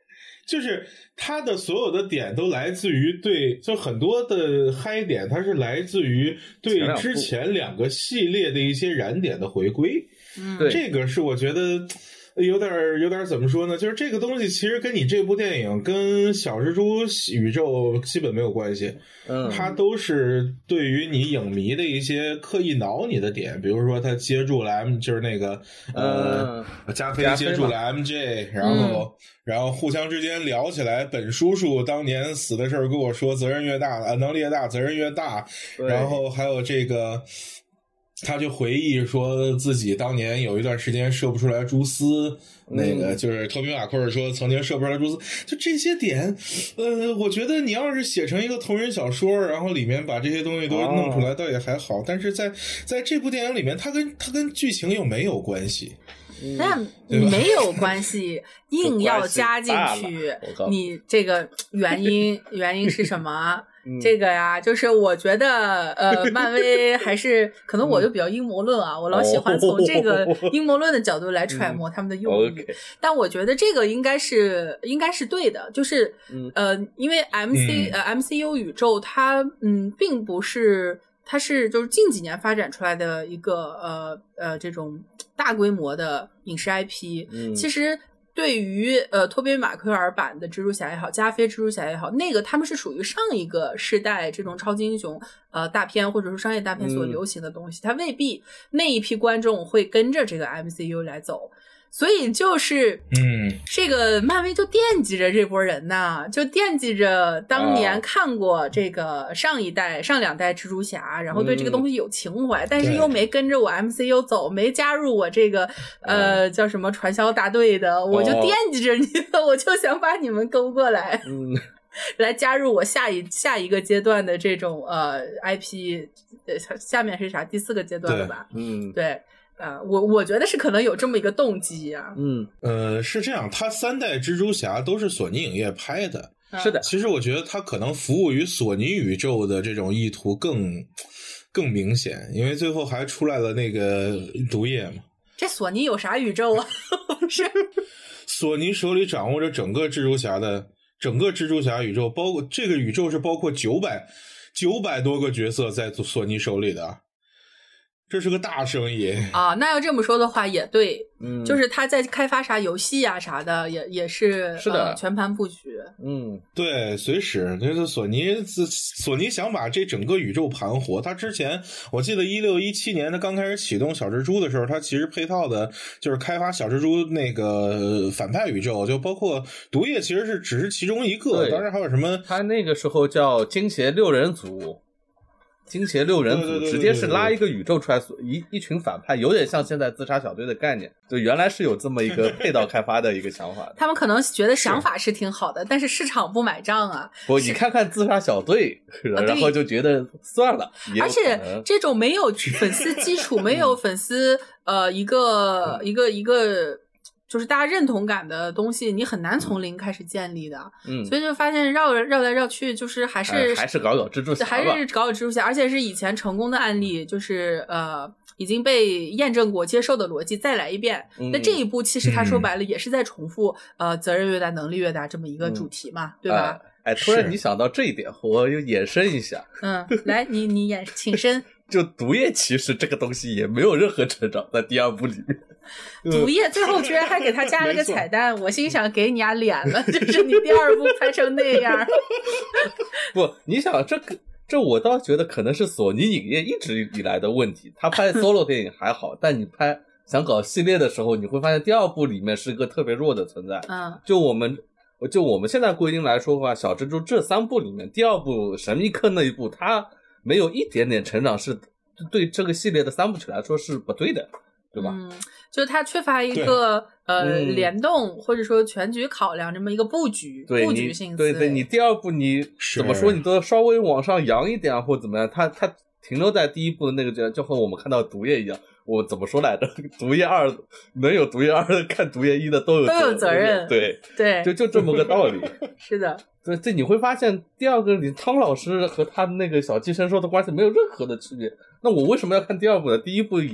就是它的所有的点都来自于对，就很多的嗨点，它是来自于对之前两个系列的一些燃点的回归。 嗯， 对， 这个是我觉得有点有点怎么说呢？就是这个东西其实跟你这部电影跟小蜘蛛宇宙基本没有关系， 嗯， 它都是对于你影迷的一些刻意挠你的点，比如说他接住了 M， 就是那个呃加菲接住了 M J， 然后、嗯、然后互相之间聊起来，本叔叔当年死的事儿跟我说，责任越大，呃，能力越大，责任越大，然后还有这个。他就回忆说自己当年有一段时间射不出来蛛丝，嗯、那个就是托比马奎尔说曾经射不出来蛛丝，就这些点，呃，我觉得你要是写成一个同人小说，然后里面把这些东西都弄出来，倒也还好。哦、但是在在这部电影里面，它跟它跟剧情又没有关系。 那没有关系，硬要加进去，你这个原因原因是什么？嗯、这个呀，就是我觉得，呃，漫威还是可能我就比较阴谋论啊，嗯、我老喜欢从这个阴谋论的角度来揣摩他们的用意。嗯 okay、但我觉得这个应该是应该是对的，就是、嗯、呃，因为 M C、嗯、呃 M C U 宇宙它嗯并不是。它是就是近几年发展出来的一个呃呃这种大规模的影视 I P，、嗯、其实对于呃托比马奎尔版的蜘蛛侠也好，加菲蜘蛛侠也好，那个他们是属于上一个世代这种超级英雄呃大片或者说商业大片所流行的东西，它、嗯、未必那一批观众会跟着这个 M C U 来走。所以就是， 嗯， 这个漫威就惦记着这波人呐，就惦记着当年看过这个上一代、上两代蜘蛛侠，然后对这个东西有情怀，但是又没跟着我 M C U 走，没加入我这个呃叫什么传销大队的，我就惦记着你了，我就想把你们勾过来， 嗯， 来加入我下一下一个阶段的这种呃 I P， 下面是啥？第四个阶段了吧？ 嗯， 对。啊，我我觉得是可能有这么一个动机啊。 嗯， 呃，是这样，他三代蜘蛛侠都是索尼影业拍的。 是的， 其实我觉得他可能服务于索尼宇宙的这种意图更更明显，因为最后还出来了那个毒液嘛。 这索尼有啥宇宙啊？不是， 索尼手里掌握着整个蜘蛛侠的整个蜘蛛侠宇宙，包括这个宇宙是包括九百九百多个角色在索尼手里的。这是个大生意啊！那要这么说的话也对， 嗯， 就是他在开发啥游戏啊啥的，也也是是的、 呃、全盘布局。 嗯， 对，随时就是索尼，索尼想把这整个宇宙盘活。他之前我记得一六一七年他刚开始启动小蜘蛛的时候，他其实配套的就是开发小蜘蛛那个反派宇宙，就包括毒液其实是只是其中一个，当然还有什么？ 他那个时候叫惊邪六人组。惊邪六人组直接是拉一个宇宙出来，一一群反派，有点像现在自杀小队的概念。就原来是有这么一个配套开发的一个想法的。 他们可能觉得想法是挺好的，但是市场不买账啊。 不，你看看自杀小队，啊、然后就觉得算了。 而且这种没有粉丝基础，没有粉丝呃一个、嗯、一个一个。就是大家认同感的东西，你很难从零开始建立的， 嗯， 所以就发现绕绕来绕去，就是还是、 哎、还是搞搞蜘蛛侠吧， 还是搞搞蜘蛛侠，而且是以前成功的案例，就是呃已经被验证过、接受的逻辑再来一遍。 嗯、 那这一步其实他说白了也是在重复、嗯、呃责任越大能力越大这么一个主题嘛，嗯、对吧？ 哎，突然你想到这一点，我又延伸一下， 嗯，来你你延请伸。 就毒液其实这个东西也没有任何成长，在第二部里面。 毒液最后居然还给他加了个彩蛋，我心想给你俩脸了，就是你第二部拍成那样。 不，你想这个，这我倒觉得可能是索尼影业一直以来的问题。他拍 solo 电影还好，但你拍想搞系列的时候，你会发现第二部里面是一个特别弱的存在。 嗯， 就我们就我们现在规定来说的话，小蜘蛛这三部里面，第二部神秘客那一部，它没有一点点成长，是对这个系列的三部曲来说是不对的，对吧？ 嗯，就它缺乏一个呃、嗯、联动或者说全局考量这么一个布局，布局性。 对对，你第二部你怎么说，你都稍微往上扬一点啊，或者怎么样？它它停留在第一部的那个阶段，就和我们看到毒液一样。我怎么说来着？毒液二能有毒液二，看毒液一的都有都有责任。 对对， 就就这么个道理。 是的。 对，这你会发现，第二个你汤老师和他那个小寄生兽的关系没有任何的区别。那我为什么要看第二部呢？第一部也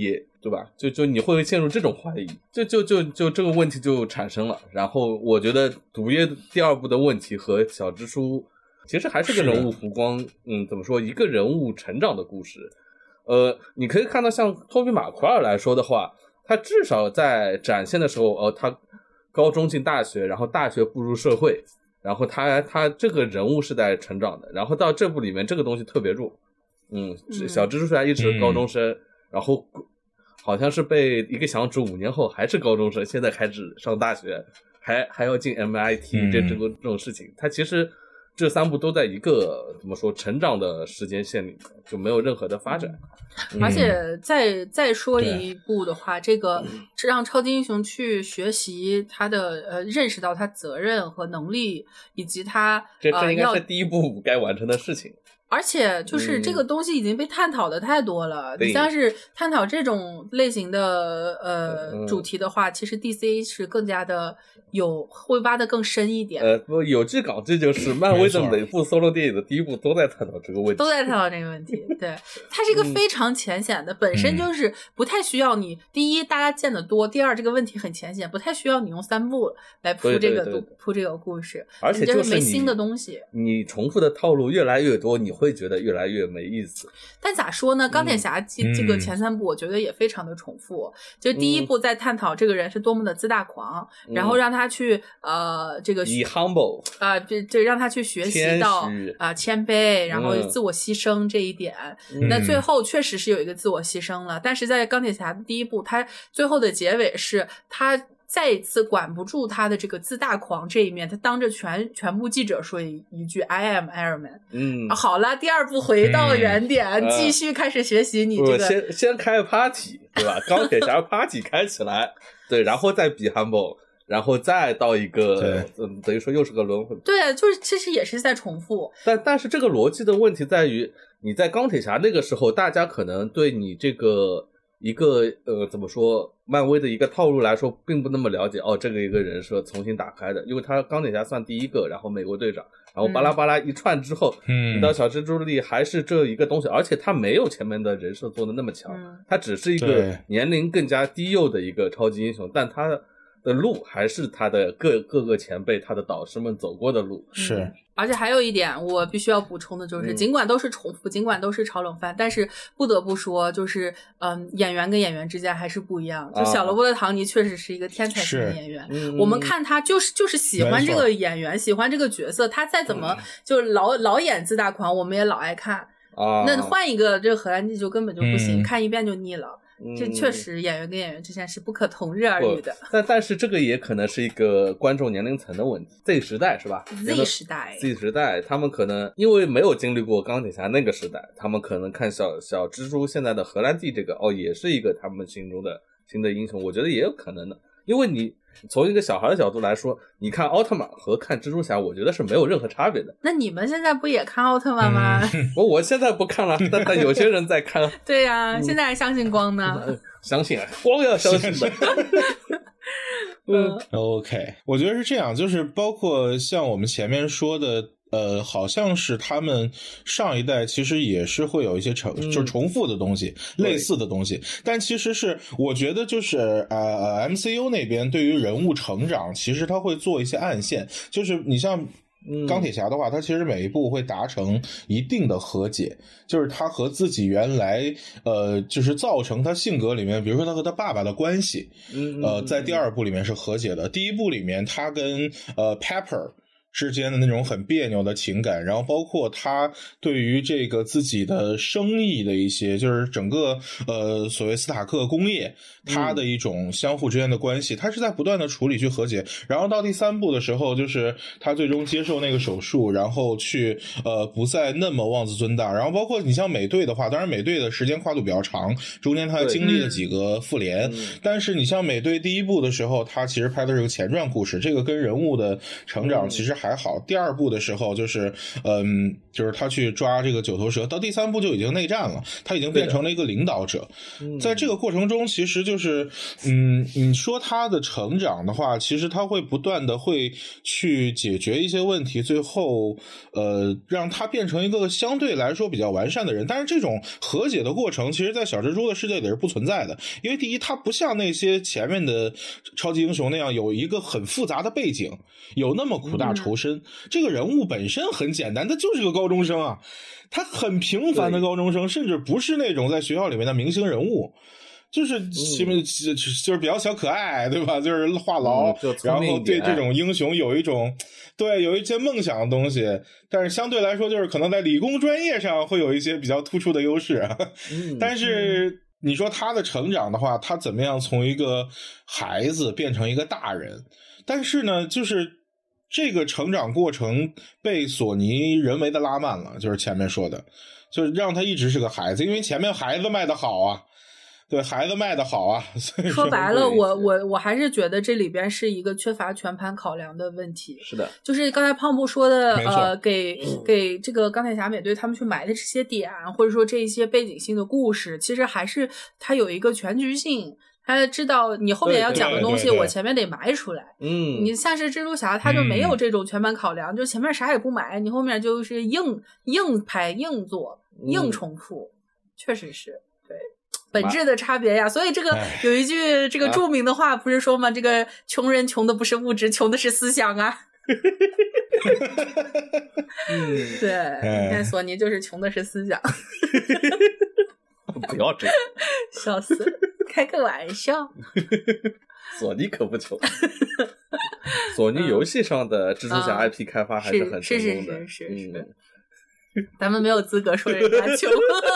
对吧？就就你会陷入这种怀疑，就就就就这个问题就产生了。然后我觉得毒液第二部的问题和小蜘蛛其实还是个人物弧光，嗯，怎么说，一个人物成长的故事。呃，你可以看到像托比马奎尔来说的话，他至少在展现的时候，呃，他高中进大学，然后大学步入社会，然后他他这个人物是在成长的，然后到这部里面这个东西特别弱，嗯，小蜘蛛侠一直高中生，嗯、然后好像是被一个响指五年后还是高中生，现在开始上大学，还还要进 M I T、嗯、这这个这种事情，他其实这三部都在一个怎么说成长的时间线里面，就没有任何的发展。 嗯、而且再再说一步的话，这个让超级英雄去学习他的呃认识到他责任和能力，以及他这这应该是第一部该完成的事情。 而且就是这个东西已经被探讨的太多了，嗯、你像是探讨这种类型的呃、嗯、主题的话，其实 D C 是更加的有会挖的更深一点。 呃，不，有句港剧就是漫威的每部 solo 电影的第一部都在探讨这个问题， 都在探讨这个问题。对，它是一个非常浅显的，嗯、本身就是不太需要你。第一，大家见得多；第二，这个问题很浅显，不太需要你用三部来铺这个对对对铺这个故事。 而且就是没新的东西， 你重复的套路越来越多，你会觉得越来越没意思。 但咋说呢？钢铁侠这、嗯、这个前三部，我觉得也非常的重复。嗯、就第一部在探讨这个人是多么的自大狂，嗯、然后让他去呃这个以 humble 啊、呃，这这让他去学习到啊谦卑，然后自我牺牲这一点。嗯、那最后确实是有一个自我牺牲了，但是在钢铁侠的第一部，他最后的结尾是他再一次管不住他的这个自大狂这一面，他当着全全部记者说一一句 I am Iron Man。 嗯， 好了，第二部回到原点，嗯、继续开始学习你这个。 先先开 party， 对吧？钢铁侠 party 开起来，对，然后再 be humble， 然后再到一个，嗯，等于说又是个轮回。 对，就是其实也是在重复。 但但是这个逻辑的问题在于，你在钢铁侠那个时候，大家可能对你这个。一个呃，怎么说？漫威的一个套路来说，并不那么了解哦。这个一个人设重新打开的，因为他钢铁侠算第一个，然后美国队长，然后巴拉巴拉一串之后，嗯，到小蜘蛛里还是这一个东西，而且他没有前面的人设做的那么强，嗯、他只是一个年龄更加低幼的一个超级英雄，但他的路还是他的各各个前辈、他的导师们走过的路， 是。 嗯而且还有一点我必须要补充的就是，尽管都是重复，尽管都是炒冷饭，但是不得不说，就是嗯，演员跟演员之间还是不一样。就小罗伯特·唐尼确实是一个天才型的演员，我们看他就是就是喜欢这个演员，喜欢这个角色，他再怎么就是老老演自大狂，我们也老爱看。 啊， 那换一个这个荷兰弟就根本就不行，看一遍就腻了。这确实演员跟演员之间是不可同日而语的。 但但是这个也可能是一个观众年龄层的问题。Z 时代是吧 ？Z 时代 ，Z 时代，他们可能因为没有经历过钢铁侠那个时代，他们可能看小小蜘蛛现在的荷兰弟这个哦，也是一个他们心中的新的英雄，我觉得也有可能的。因为你从一个小孩的角度来说，你看奥特曼和看蜘蛛侠，我觉得是没有任何差别的。 那你们现在不也看奥特曼吗？ 嗯、我我现在不看了，但但有些人在看。 对呀、啊嗯，现在还相信光呢？ 嗯、相信啊，光要相信的。 嗯 ，OK， 我觉得是这样，就是包括像我们前面说的。呃，好像是他们上一代其实也是会有一些重、嗯、就重复的东西，类似的东西，但其实是我觉得就是呃 M C U 那边对于人物成长，其实他会做一些暗线，就是你像钢铁侠的话，他其实每一部会达成一定的和解，就是他和自己原来呃，就是造成他性格里面，比如说他和他爸爸的关系，呃，在第二部里面是和解的，第一部里面他跟呃 Pepper。之间的那种很别扭的情感，然后包括他对于这个自己的生意的一些，就是整个呃所谓斯塔克工业，他的一种相互之间的关系，他是在不断的处理去和解。然后到第三部的时候，就是他最终接受那个手术，然后去呃不再那么妄自尊大。然后包括你像美队的话，当然美队的时间跨度比较长，中间他经历了几个复联，但是你像美队第一部的时候，他其实拍的是个前传故事，这个跟人物的成长其实还还好，第二部的时候就是嗯，就是他去抓这个九头蛇，到第三部就已经内战了，他已经变成了一个领导者。在这个过程中，其实就是嗯，你说他的成长的话，其实他会不断的会去解决一些问题，最后呃让他变成一个相对来说比较完善的人。但是这种和解的过程，其实在小蜘蛛的世界里是不存在的，因为第一，他不像那些前面的超级英雄那样有一个很复杂的背景，有那么苦大仇深。嗯、这个人物本身很简单，他就是个高中生啊，他很平凡的高中生，甚至不是那种在学校里面的明星人物。就是其实、嗯、就是比较小可爱，对吧？就是话痨、嗯，然后对这种英雄有一种对有一些梦想的东西，但是相对来说，就是可能在理工专业上会有一些比较突出的优势。嗯、但是你说他的成长的话，他怎么样从一个孩子变成一个大人？但是呢，就是这个成长过程被索尼人为的拉慢了，就是前面说的，就是让他一直是个孩子，因为前面孩子卖得好啊。对，孩子卖的好啊。所以说白了，我我我还是觉得这里边是一个缺乏全盘考量的问题。 是的， 就是刚才胖布说的，呃，给给这个钢铁侠美队他们去埋的这些点，或者说这一些背景性的故事，其实还是它有一个全局性。他知道你后面要讲的东西，我前面得埋出来。 嗯， 你像是蜘蛛侠，他就没有这种全盘考量，嗯、就前面啥也不埋，你后面就是硬硬拍、硬做、硬重复，嗯、确实是。本质的差别呀，所以这个有一句这个著名的话不是说吗？这个穷人穷的不是物质，穷的是思想啊。 嗯， 对，你看索尼就是穷的是思想。 不要这样， 笑死，开个玩笑。 索尼可不穷，索尼游戏上的蜘蛛侠 I P 开发还是很成功的。 是是是是是。嗯咱们没有资格说人家穷。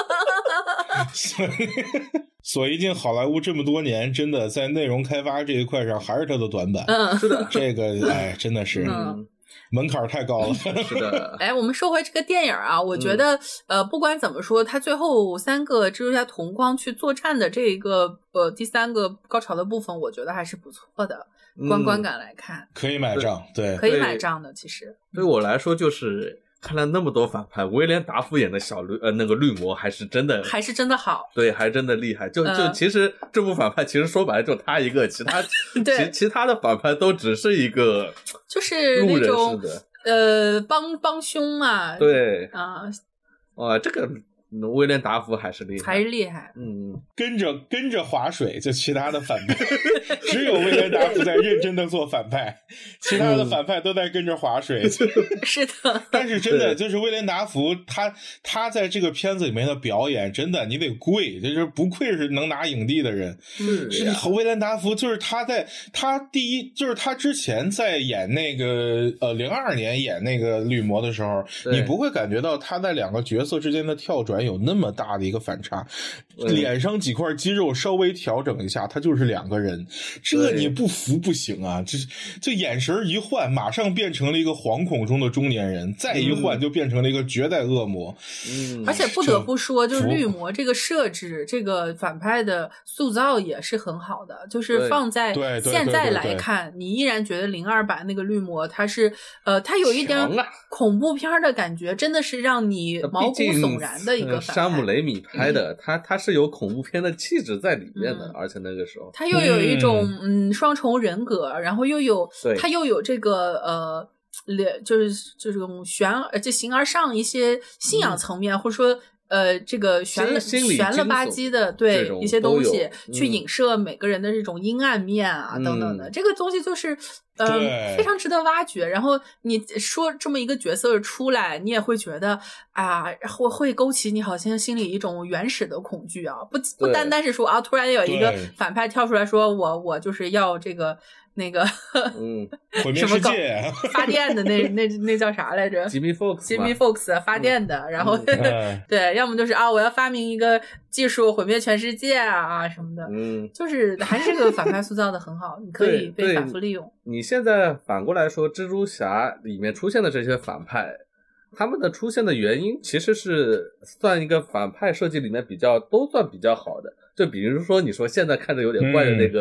所以进好莱坞这么多年，真的在内容开发这一块上还是他的短板。 嗯， 是的， 这个哎，真的是、 嗯、 门槛太高了。 是的。 哎，我们说回这个电影啊，我觉得、嗯、呃，不管怎么说，他最后三个蜘蛛侠同框去作战的这个呃第三个高潮的部分，我觉得还是不错的。观观感来看， 可以买账，对， 可以买账的。其实对我来说就是。看了那么多反派，威廉达福演的小绿呃那个绿魔还是真的还是真的好， 对，还真的厉害。就就其实这部反派其实说白了就他一个，其他其其他的反派都只是一个就是那种呃帮帮凶嘛。 对啊， 哇，这个威廉达福还是厉害， 还是厉害。 嗯， 跟着跟着划水，就其他的反派只有威廉达福在认真的做反派，其他的反派都在跟着划水。 是的， 但是真的就是威廉达福，他他在这个片子里面的表演，真的你得跪，就是不愧是能拿影帝的人。 是是威廉达福，就是他在他第一，就是他之前在演那个呃零二年演那个绿魔的时候，你不会感觉到他在两个角色之间的跳转有那么大的一个反差，脸上几块肌肉稍微调整一下，他就是两个人，这你不服不行啊！这这眼神一换，马上变成了一个惶恐中的中年人，再一换就变成了一个绝代恶魔。 嗯， 而且不得不说，就是绿魔这个设置，这个反派的塑造也是很好的，就是放在现在来看，你依然觉得零二版那个绿魔，他是呃，他有一点恐怖片的感觉，真的是让你毛骨悚然的一个反派。 山姆雷米拍的，他他是有恐怖片的气质在里面的，嗯、而且那个时候他又有一种嗯双重人格，然后又有他又有这个呃，就是这种悬而这形而上一些信仰层面，嗯、或者说。呃，这个悬了悬了吧唧的，对一些东西、嗯、去影射每个人的这种阴暗面啊、嗯、等等的，这个东西就是呃非常值得挖掘。然后你说这么一个角色出来，你也会觉得啊，会会勾起你好像心里一种原始的恐惧啊，不不单单是说啊，突然有一个反派跳出来说我我就是要这个。那个嗯，毁灭世界发电的那那那叫啥来着 ？Jimmy Fox，Jimmy Fox 发电的，嗯、然后、嗯、对，要么就是啊，我要发明一个技术毁灭全世界啊什么的， 嗯， 就是还是这个反派塑造的很好，你可以被反复利用。 你现在反过来说，蜘蛛侠里面出现的这些反派，他们的出现的原因其实是算一个反派设计里面比较都算比较好的，就比如说你说现在看着有点怪的那个。嗯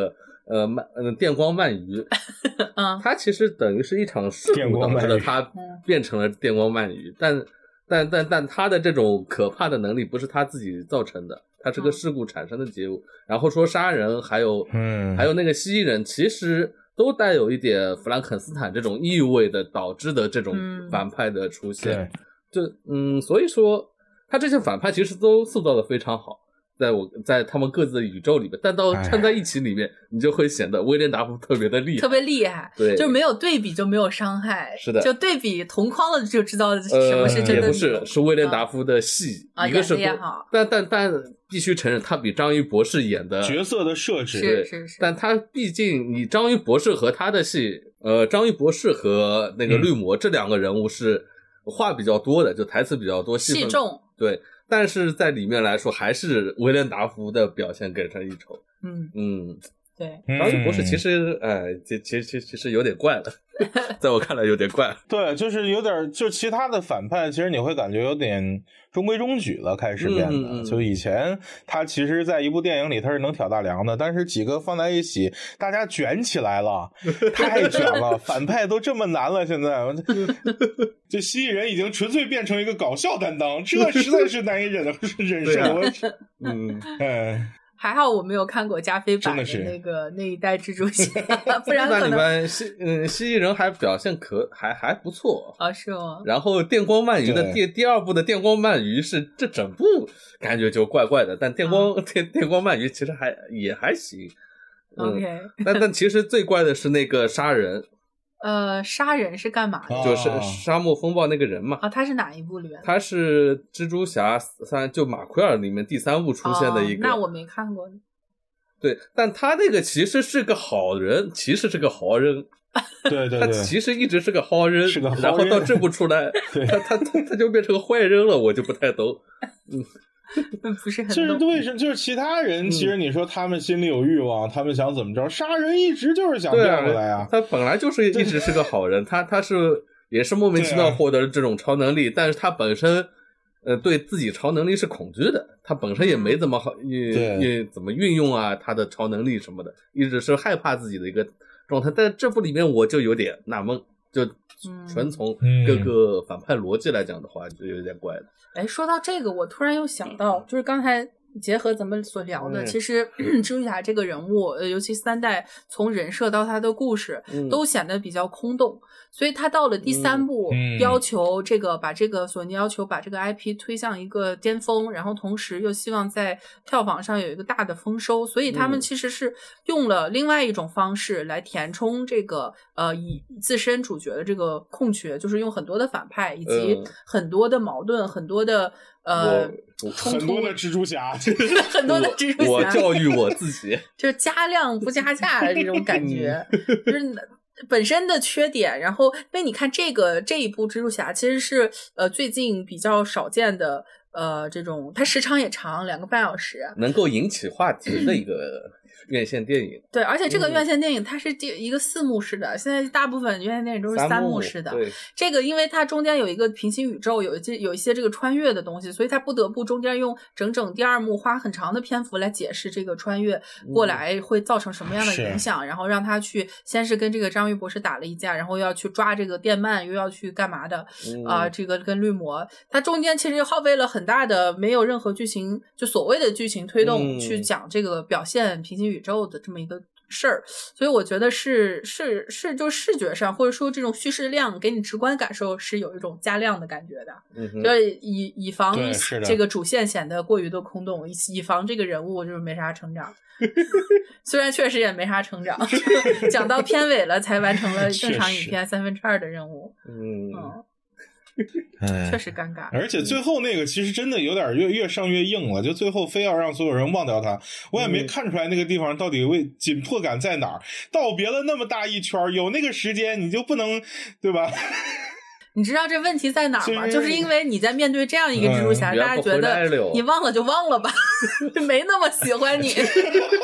呃鳗呃电光鳗鱼， 嗯， 它其实等于是一场事故导致了它变成了电光鳗鱼，但但但但它的这种可怕的能力不是它自己造成的，它是个事故产生的结果。嗯、然后说杀人还有嗯还有那个蜥蜴人，其实都带有一点弗兰肯斯坦这种意味的导致的这种反派的出现。嗯、就嗯，所以说他这些反派其实都塑造的非常好。在我在他们各自的宇宙里面，但到串在一起里面，哎、你就会显得威廉达福特别的厉害， 特别厉害。 对， 就是没有对比就没有伤害。 是的， 就对比同框了就知道什么是真的、呃。 也不是，是威廉达福的戏， 啊、 一个是演得也好， 但但但必须承认，他比章鱼博士演的角色的设置是是是， 但他毕竟你章鱼博士和他的戏，呃，章鱼博士和那个绿魔、嗯、这两个人物是话比较多的，就台词比较多，戏重， 对。但是在里面来说，还是威廉达福的表现更胜一筹。 嗯嗯， 对， 章鱼博士其实，哎，其其实其实有点怪了，在我看来有点怪。 对，就是有点，就其他的反派，其实你会感觉有点中规中矩了，开始变得。 嗯嗯、 就以前他其实在一部电影里他是能挑大梁的，但是几个放在一起，大家卷起来了，太卷了，反派都这么难了，现在这蜥蜴人已经纯粹变成一个搞笑担当，这实在是难以忍忍受。 啊、 嗯，哎。 还好我没有看过加菲版的那个那一代蜘蛛侠，不然可能那里面蜥嗯蜥蜴人还表现可还还不错啊，是吗？ 然后电光鳗鱼的第第二部的电光鳗鱼是这整部感觉就怪怪的，但电光、啊、电电光鳗鱼其实还也还行。 嗯、OK， 但但其实最怪的是那个杀人。 呃，杀人是干嘛的？ 就是沙漠风暴那个人嘛。 啊，他是哪一部里面？ 他是蜘蛛侠三，就马奎尔里面第三部出现的一个。 哦、那我没看过。 对，但他那个其实是个好人，其实是个好人。 对对对， 他其实一直是个好人， 是个好人， 然后到这部出来，他他他他就变成个坏人了，我就不太懂。嗯。 不是很就是为什么？就是其他人，其实你说他们心里有欲望，嗯、他们想怎么着？杀人一直就是想变回来啊！ 他本来就是一直是个好人，他他是也是莫名其妙获得了这种超能力，啊、但是他本身呃对自己超能力是恐惧的，他本身也没怎么好也也怎么运用啊他的超能力什么的，一直是害怕自己的一个状态。在这部里面我就有点纳闷，就纯从各个反派逻辑来讲的话，就有点怪了。 哎，说到这个，我突然又想到，就是刚才结合咱们所聊的， 嗯、 其实蜘蛛侠这个人物，呃，尤其三代从人设到他的故事， 嗯、 都显得比较空洞。所以他到了第三部， 嗯、 要求这个把这个索尼要求把这个 I P 推向一个巅峰，然后同时又希望在票房上有一个大的丰收，所以他们其实是用了另外一种方式来填充这个呃以自身主角的这个空缺，就是用很多的反派以及很多的矛盾，嗯、很多的呃冲突， 很多的蜘蛛侠， 很多的蜘蛛侠， 我教育我自己， 就是加量不加价的这种感觉，就是本身的缺点。然后因为你看这个这一部蜘蛛侠其实是呃最近比较少见的呃这种，它时长也长，两个半小时， 能够引起话题的一个院线电影。 对，而且这个院线电影它是一个四幕式的，嗯、现在大部分院线电影都是三幕式的。 对， 这个因为它中间有一个平行宇宙，有一些有一些这个穿越的东西，所以它不得不中间用整整第二幕花很长的篇幅来解释这个穿越过来会造成什么样的影响，嗯、然后让他去先是跟这个章鱼博士打了一架，然后要去抓这个电鳗，又要去干嘛的啊、呃？这个跟绿魔，它中间其实耗费了很大的没有任何剧情，就所谓的剧情推动、嗯、去讲这个表现平行宇宙的这么一个事儿，所以我觉得是是是，就视觉上或者说这种叙事量给你直观感受是有一种加量的感觉的， 嗯、 就是以以防这个主线显得过于的空洞，以以防这个人物就是没啥成长。虽然确实也没啥成长，讲到片尾了才完成了正常影片三分之二的任务。 嗯。 嗯确实尴尬， 而且最后那个其实真的有点越越上越硬了，就最后非要让所有人忘掉他，我也没看出来那个地方到底为紧迫感在哪儿。道别了那么大一圈，有那个时间你就不能，对吧？ 你知道这问题在哪儿吗？就是因为你在面对这样一个蜘蛛侠， 嗯、 大家觉得你忘了就忘了吧，没那么喜欢你。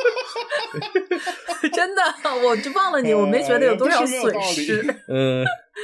真的，我就忘了你，我没觉得有多少损失。 嗯。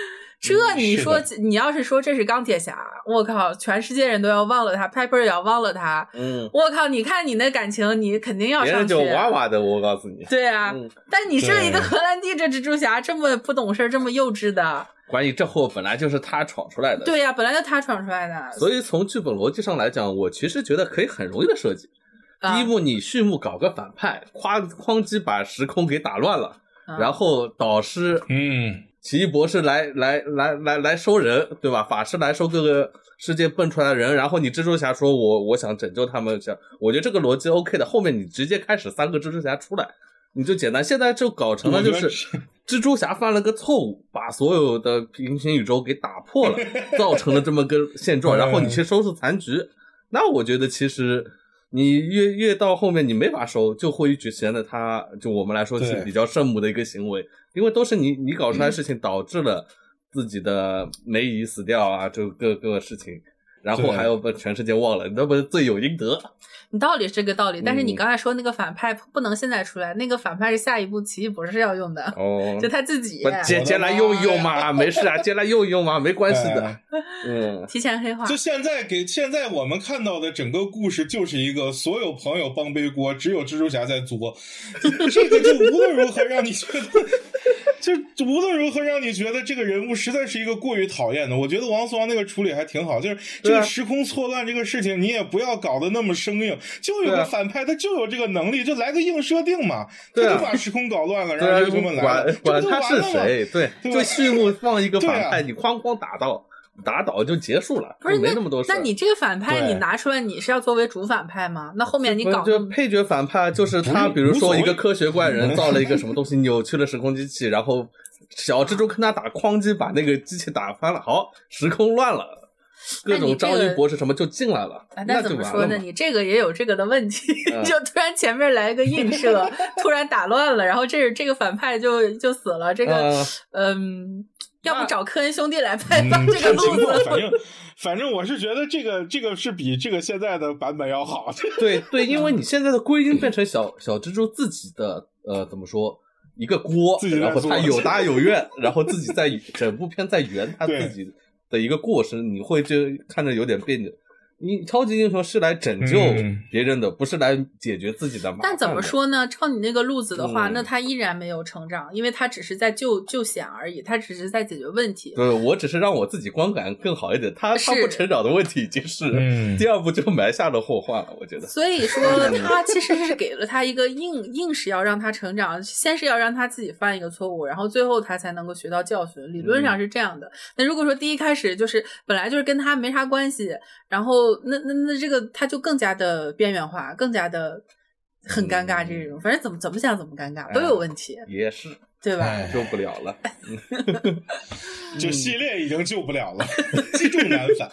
这你说是你要是说这是钢铁侠，我靠，全世界人都要忘了他 ，Pepper 也要忘了他。 嗯， 我靠，你看你那感情，你肯定要别人上去。 就哇哇的，我告诉你。 对啊， 嗯、 但你是一个荷兰弟这蜘蛛侠，这么不懂事，这么幼稚的。 关于这祸本来就是他闯出来的。 对呀、啊，本来就他闯出来的。 所以从剧本逻辑上来讲，我其实觉得可以很容易的设计。 啊、 第一幕你序幕搞个反派，哐哐叽把时空给打乱了， 啊、 然后导师嗯。 奇异博士来来来来来收人，对吧？法师来收各个世界蹦出来的人，然后你蜘蛛侠说我我想拯救他们，这样我觉得这个逻辑 OK 的。后面你直接开始三个蜘蛛侠出来，你就简单。现在就搞成了就是蜘蛛侠犯了个错误，把所有的平行宇宙给打破了，造成了这么个现状，然后你去收拾残局。那我觉得其实你越越到后面你没法收，就会显得他就我们来说是比较圣母的一个行为。因为都是你你搞出来的事情导致了自己的梅姨死掉啊，就各个事情，然后还要把全世界忘了，那不是罪有应得？ 你道理是这个道理，但是你刚才说那个反派不能现在出来，嗯、那个反派是下一步奇异博士要用的， 哦， 就他自己， 接接来用一用嘛，没事啊，接来用一用嘛，没关系的，嗯， 提前黑化。 就现在给现在我们看到的整个故事就是一个所有朋友帮背锅，只有蜘蛛侠在作，这个就无论如何让你觉得。就无论如何让你觉得这个人物实在是一个过于讨厌的。我觉得王思王那个处理还挺好，就是这个时空错乱这个事情你也不要搞得那么生硬，就有个反派他就有这个能力，就来个硬设定嘛，他就把时空搞乱了，然后英雄们来了， 管他是谁，对， 对就序幕放一个反派，你哐哐打到打倒就结束了， 不是没那么多事。 那你这个反派你拿出来，你是要作为主反派吗？那后面你搞就配角反派，就是他，比如说一个科学怪人造了一个什么东西，扭曲了时空机器，然后小蜘蛛跟他打，哐叽把那个机器打翻了，好，时空乱了。各种章鱼博士什么就进来了， 那、 这个、 那怎么说呢？你这个也有这个的问题， 嗯、 就突然前面来一个映射，突然打乱了，然后这这个反派就就死了。这个，嗯，嗯要不找科恩兄弟来拍吧、嗯、这个路子。 反正反正我是觉得这个这个是比这个现在的版本要好。 对对，因为你现在的归因变成小小蜘蛛自己的呃怎么说一个锅，然后他有大有怨，然后自己在整部片在圆他自己的一个过程，你会就看着有点别扭。你超级英雄是来拯救别人的、嗯、不是来解决自己的麻烦的。 但怎么说呢，照你那个路子的话、 嗯、 那他依然没有成长，因为他只是在救救险而已，他只是在解决问题。 对，我只是让我自己观感更好一点，他他不成长的问题已经是、 嗯、 第二部就埋下了祸患了，我觉得。 所以说他其实是给了他一个硬硬是要让他成长，先是要让他自己犯一个错误，然后最后他才能够学到教训，理论上是这样的、嗯、那如果说第一开始就是本来就是跟他没啥关系，然后那那那这个他就更加的边缘化，更加的很尴尬，这种、嗯、反正怎么怎么想怎么尴尬、哎、都有问题， 也是对吧？ 救不了了就系列已经救不了了积重难返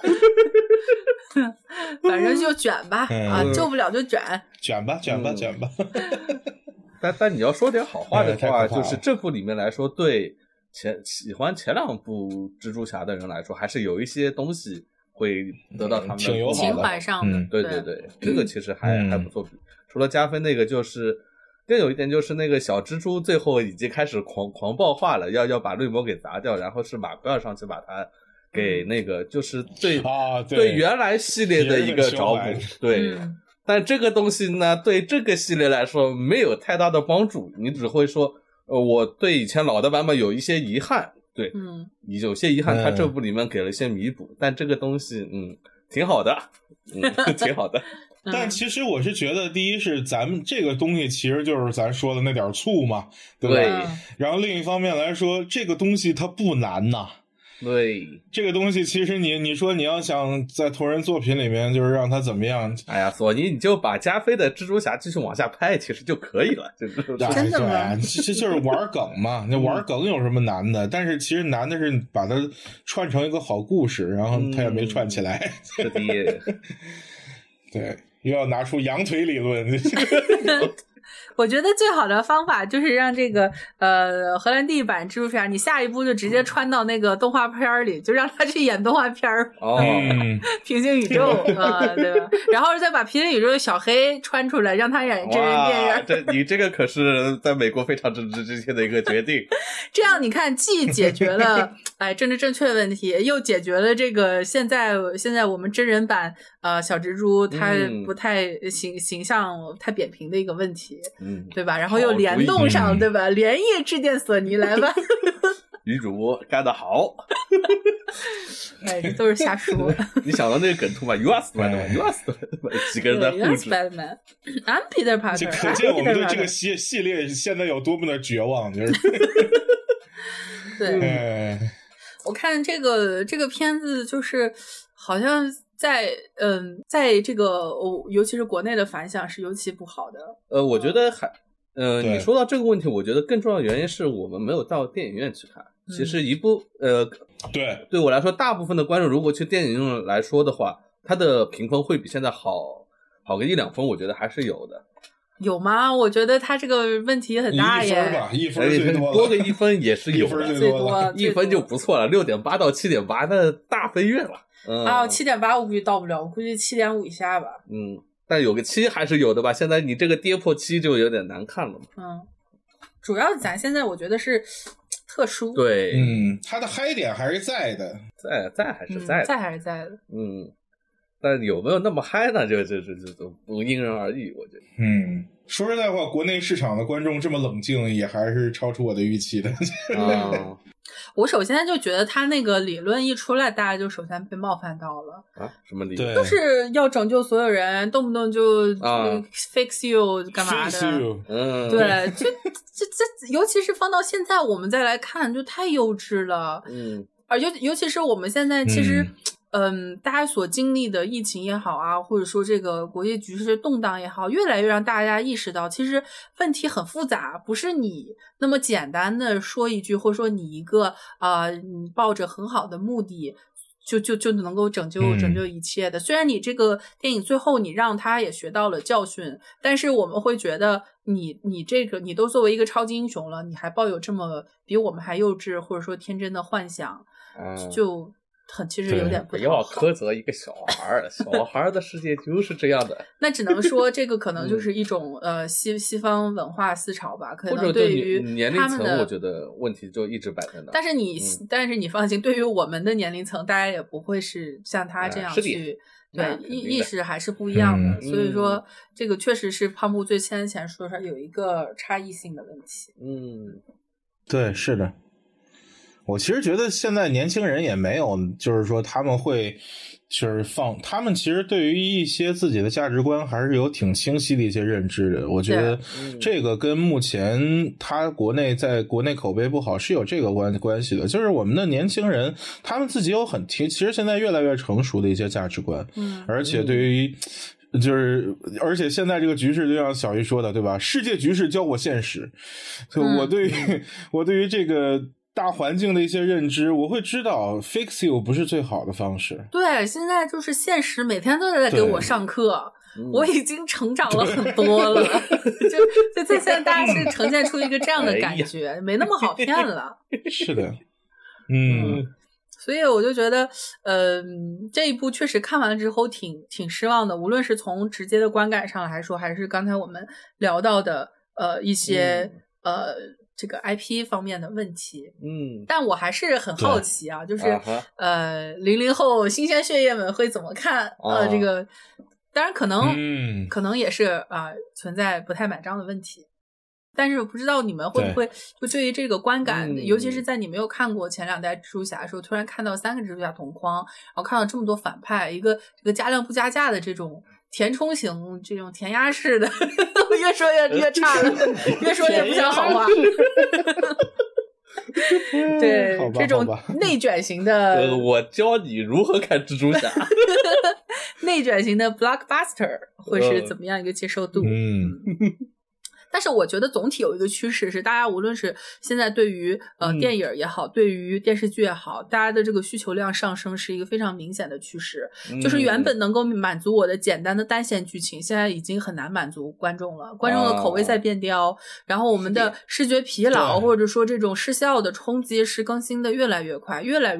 反正就卷吧、嗯、啊，救不了就卷卷吧卷吧卷吧但但你要说点好话的话、嗯、就是这部里面来说，对前喜欢前两部蜘蛛侠的人来说，还是有一些东西会得到他们的挺友好的情怀上的、 嗯、 对对对，这个其实还、嗯、还不错。除了加分那个，就是更有一点就是那个小蜘蛛最后已经开始狂狂暴化了，要要把绿魔给砸掉，然后是马奎尔上去把它给那个、嗯、就是对、 啊、对, 对原来系列的一个找补，对、 嗯、 但这个东西呢对这个系列来说没有太大的帮助，你只会说呃，我对以前老的版本有一些遗憾，对， 嗯， 有些遗憾，他这部里面给了一些弥补，嗯、但这个东西，嗯，挺好的，嗯，挺好的。 但其实我是觉得，第一是咱们这个东西其实就是咱说的那点醋嘛，对吧？ 对。 然后另一方面来说，这个东西它不难呐。 对， 这个东西其实你你说你要想在同人作品里面就是让他怎么样， 哎呀，索尼你就把加菲的蜘蛛侠继续往下拍，其实就可以了，就是真的吗？ 这就是玩梗嘛，那玩梗有什么难的？但是其实难的是把它串成一个好故事，然后他也没串起来。 嗯、是的， 对，又要拿出羊腿理论。 我觉得最好的方法就是让这个呃荷兰弟版蜘蛛侠，你下一步就直接穿到那个动画片里，就让他去演动画片哦， 平行宇宙啊、呃，对吧？然后再把平行宇宙的小黑穿出来，让他演真人电影。 这你这个可是在美国非常之之之前的一个决定。 这样你看，既解决了哎政治正确的问题，又解决了这个现在现在我们真人版呃小蜘蛛它不太形、嗯、形象太扁平的一个问题，嗯，对吧？然后又联动上，对吧？连夜致电索尼来吧。 女主播干得好。 哎，这都是瞎说。 你想到那个梗图吗 ？You are Spider-Man， You are Spider-Man， 几个人在护着。 I'm Peter Parker。 这可见我们的这个系系列现在有多么的绝望，就是。 对、嗯，我看这个这个片子就是好像在嗯，在这个尤其是国内的反响是尤其不好的。 呃，我觉得还。呃，你说到这个问题，我觉得更重要的原因是我们没有到电影院去看。嗯、其实一部呃， 对对我来说，大部分的观众如果去电影院来说的话，它的评分会比现在好好个一两分，我觉得还是有的。 有吗？我觉觉得他这个问题很大耶。 一分吧，一分最多了， 多个一分也是有的， 最多一分就不错了，六点八到七点八，那大飞跃了。嗯、 啊，七点八我估计到不了，我估计七点五以下吧。 嗯。但有个七还是有的吧，现在你这个跌破七就有点难看了嘛。 嗯，主要咱现在我觉得是特殊。 对， 嗯，它的嗨点还是在的， 在在还是在的、 嗯，在还是在的。 嗯，但有没有那么嗨呢？就就就就不因人而异，我觉得。 嗯，说实在话，国内市场的观众这么冷静，也还是超出我的预期的。 啊我首先就觉得他那个理论一出来，大家就首先被冒犯到了啊！什么理论？ 就是要拯救所有人，动不动就、 啊、 fix you 干嘛的？ 嗯， 对，就这这，尤其是放到现在我们再来看，就太幼稚了。 嗯， 而尤尤其是我们现在其实。嗯嗯，大家所经历的疫情也好啊，或者说这个国际局势动荡也好，越来越让大家意识到，其实问题很复杂，不是你那么简单的说一句，或者说你一个啊、呃，你抱着很好的目的，就就就能够拯救拯救一切的。嗯、虽然你这个电影最后你让他也学到了教训，但是我们会觉得你你这个你都作为一个超级英雄了，你还抱有这么比我们还幼稚或者说天真的幻想，嗯、就。很其实有点不不要苛责一个小孩儿，小孩的世界就是这样的。 那只能说这个可能就是一种、嗯、呃西西方文化思潮吧，可能对于年龄层，我觉得问题就一直摆在那。 但是你、嗯、但是你放心，对于我们的年龄层，大家也不会是像他这样去、哎、对意意识还是不一样的、嗯。所以说，这个确实是胖布最先前说出来有一个差异性的问题。 嗯， 对，是的。我其实觉得现在年轻人也没有，就是说他们会就是放，他们其实对于一些自己的价值观还是有挺清晰的一些认知的。我觉得这个跟目前他国内在国内口碑不好是有这个关关系的。就是我们的年轻人，他们自己有很其实现在越来越成熟的一些价值观， 嗯， 而且对于。就是，而且现在这个局势就像小鱼说的，对吧？世界局势教我现实，就我对于、嗯、我对于这个大环境的一些认知，我会知道 fix you 不是最好的方式。 对，现在就是现实，每天都在给我上课，我已经成长了很多了。就就现在大家是呈现出一个这样的感觉，哎、没那么好骗了。 是的，嗯。 嗯所以我就觉得，呃，这一部确实看完之后挺挺失望的，无论是从直接的观感上来说，还是刚才我们聊到的呃一些、嗯、呃这个 I P 方面的问题。 嗯， 但我还是很好奇啊，就是、uh -huh. 呃零零后新鲜血液们会怎么看、uh -huh. 呃这个，当然可能、 嗯、 可能也是啊、呃、存在不太买账的问题。但是我不知道你们会不会就对于这个观感、嗯、尤其是在你没有看过前两代蜘蛛侠的时候，突然看到三个蜘蛛侠同框，然后看到这么多反派，一个这个加量不加价的这种填充型这种填鸭式的越说越越差了越说越不像好话对这种内卷型的、 呃、我教你如何看蜘蛛侠内卷型的 blockbuster 会是怎么样一个接受度。 嗯但是我觉得总体有一个趋势是，大家无论是现在对于呃电影也好、嗯，对于电视剧也好，大家的这个需求量上升是一个非常明显的趋势。嗯、就是原本能够满足我的简单的单线剧情，现在已经很难满足观众了。观众的口味在变刁，哦、然后我们的视觉疲劳或者说这种视效的冲击是更新的越来越快，越来越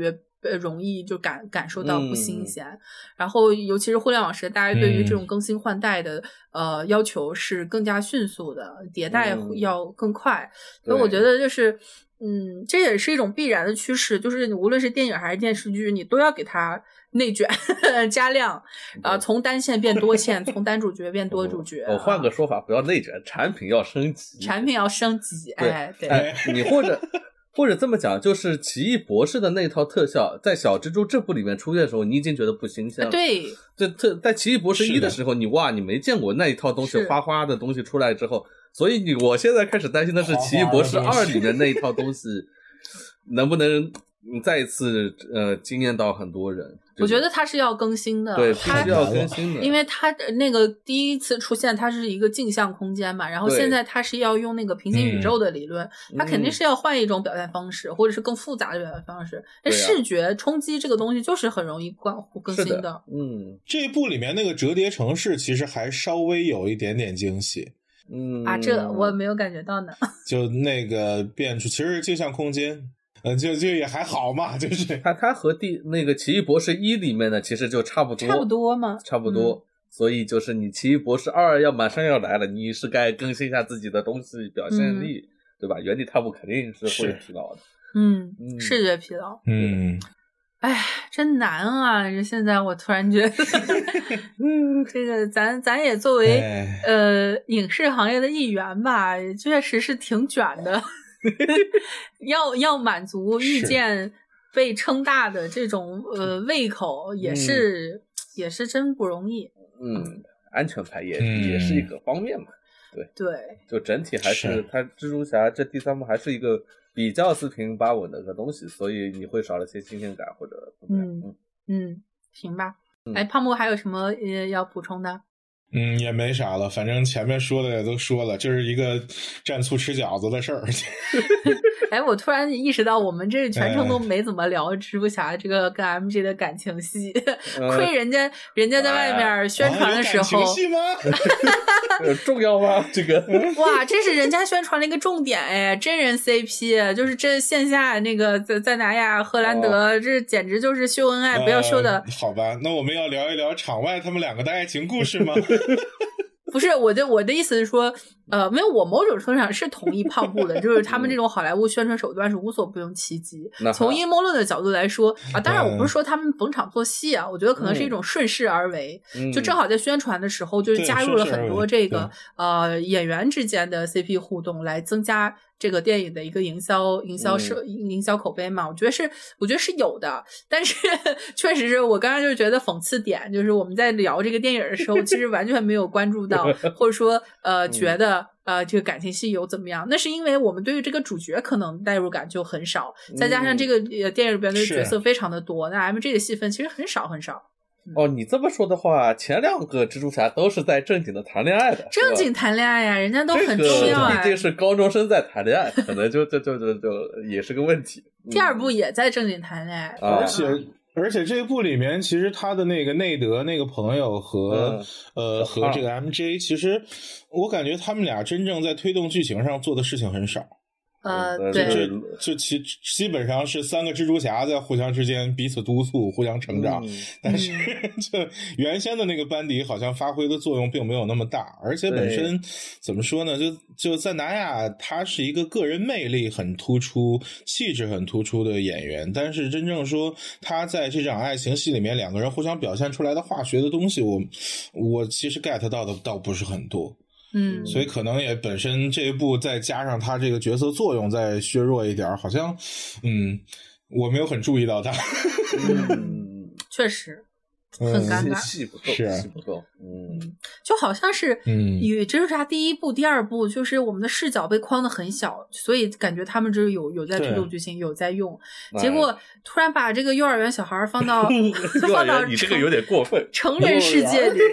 呃容易就感感受到不新鲜。嗯、然后尤其是互联网时代，大家对于这种更新换代的、嗯、呃要求是更加迅速的，迭代要更快。嗯、所以我觉得就是嗯，这也是一种必然的趋势，就是无论是电影还是电视剧，你都要给它内卷加量，啊、呃，从单线变多线，从单主角变多主角。 我换个说法，不要内卷，产品要升级。 产品要升级，哎，对， 哎，你或者或者这么讲，就是奇异博士的那套特效，在小蜘蛛这部里面出现的时候，你已经觉得不新鲜了。 对， 这特在奇异博士一的时候，你哇，你没见过那一套东西，花花的东西出来之后，所以你我现在开始担心的是奇异博士二里面那一套东西能不能再一次呃惊艳到很多人。 我觉得它是要更新的， 对，它是要更新的， 因为它那个第一次出现，它是一个镜像空间嘛，然后现在它是要用那个平行宇宙的理论，嗯、它肯定是要换一种表现方式，嗯、或者是更复杂的表现方式。那、啊、视觉冲击这个东西就是很容易更更新的。 的嗯， 这一部里面那个折叠城市其实还稍微有一点点惊喜。 嗯啊，这我没有感觉到呢。 就那个变出，其实镜像空间。呃，就就也还好嘛，就是它它和第那个奇异博士一里面呢，其实就差不多， 差不多吗？ 差不多。嗯、所以就是你奇异博士二要马上要来了，你是该更新一下自己的东西表现力，嗯、对吧？原地踏步肯定是会疲劳的。 嗯，嗯视觉疲劳。 嗯， 哎，真难啊！这现在我突然觉得，嗯，这个咱咱也作为呃影视行业的一员吧，确实是挺卷的。要要满足遇见被撑大的这种呃胃口，也是、嗯、也是真不容易。 嗯，安全牌也、嗯、也是一个方面嘛。对对，就整体还是它蜘蛛侠这第三部还是一个比较四平八稳的一个东西，所以你会少了些新鲜感或者嗯嗯嗯，行吧。嗯、哎，胖木还有什么呃要补充的？ 嗯，也没啥了，反正前面说的也都说了，就是一个蘸醋吃饺子的事儿。 哎，我突然意识到，我们这全程都没怎么聊蜘蛛侠这个跟 M J 的感情戏，嗯、亏人家人家在外面宣传的时候， 啊、有感情戏吗？ 重要吗？这个哇，这是人家宣传的一个重点哎，真人 C P， 就是这线下那个在在南亚荷兰德，哦、这简直就是秀恩爱，不要秀的、 呃。好吧，那我们要聊一聊场外他们两个的爱情故事吗？ 不是我的，我的意思是说，呃，没有，我某种程度上是同意胖布的，就是他们这种好莱坞宣传手段是无所不用其极。从阴谋论的角度来说啊，当然我不是说他们逢场作戏啊，我觉得可能是一种顺势而为，嗯、就正好在宣传的时候就加入了很多这个呃演员之间的 C P 互动，来增加这个电影的一个营销、营销社、营销口碑嘛。我觉得是，我觉得是有的，但是确实是我刚刚就觉得讽刺点，就是我们在聊这个电影的时候，其实完全没有关注到。或者说呃觉得呃这个感情戏有怎么样，那是因为我们对于这个主角可能代入感就很少，再加上这个呃电影里边的角色非常的多，那 M J 的戏份其实很少很少。 哦，你这么说的话，前两个蜘蛛侠都是在正经的谈恋爱的， 正经谈恋爱呀，人家都很重要啊。 毕竟是高中生在谈恋爱，可能就就就就就也是个问题。 第二部也在正经谈恋爱， 嗯、而且。而且这部里面，其实他的那个内德那个朋友和、嗯、呃和这个 M J， 其实我感觉他们俩真正在推动剧情上做的事情很少。 呃，对， 这就其基本上是三个蜘蛛侠在互相之间彼此督促、互相成长，嗯、但是就原先的那个班底好像发挥的作用并没有那么大，而且本身怎么说呢？就就在南亚，他是一个个人魅力很突出、气质很突出的演员，但是真正说他在这场爱情戏里面两个人互相表现出来的化学的东西，我我其实 get 到的倒不是很多。 嗯， 所以可能也本身这一部再加上他这个角色作用再削弱一点，好像嗯我没有很注意到他。 嗯，确实很尴尬， 戏不够， 是戏不够。嗯， 就好像是嗯，与蜘蛛侠第一部、第二部，就是我们的视角被框得很小，所以感觉他们就是有有在推动剧情，有在用。结果突然把这个幼儿园小孩放到放到你这个有点过分， 成人世界里。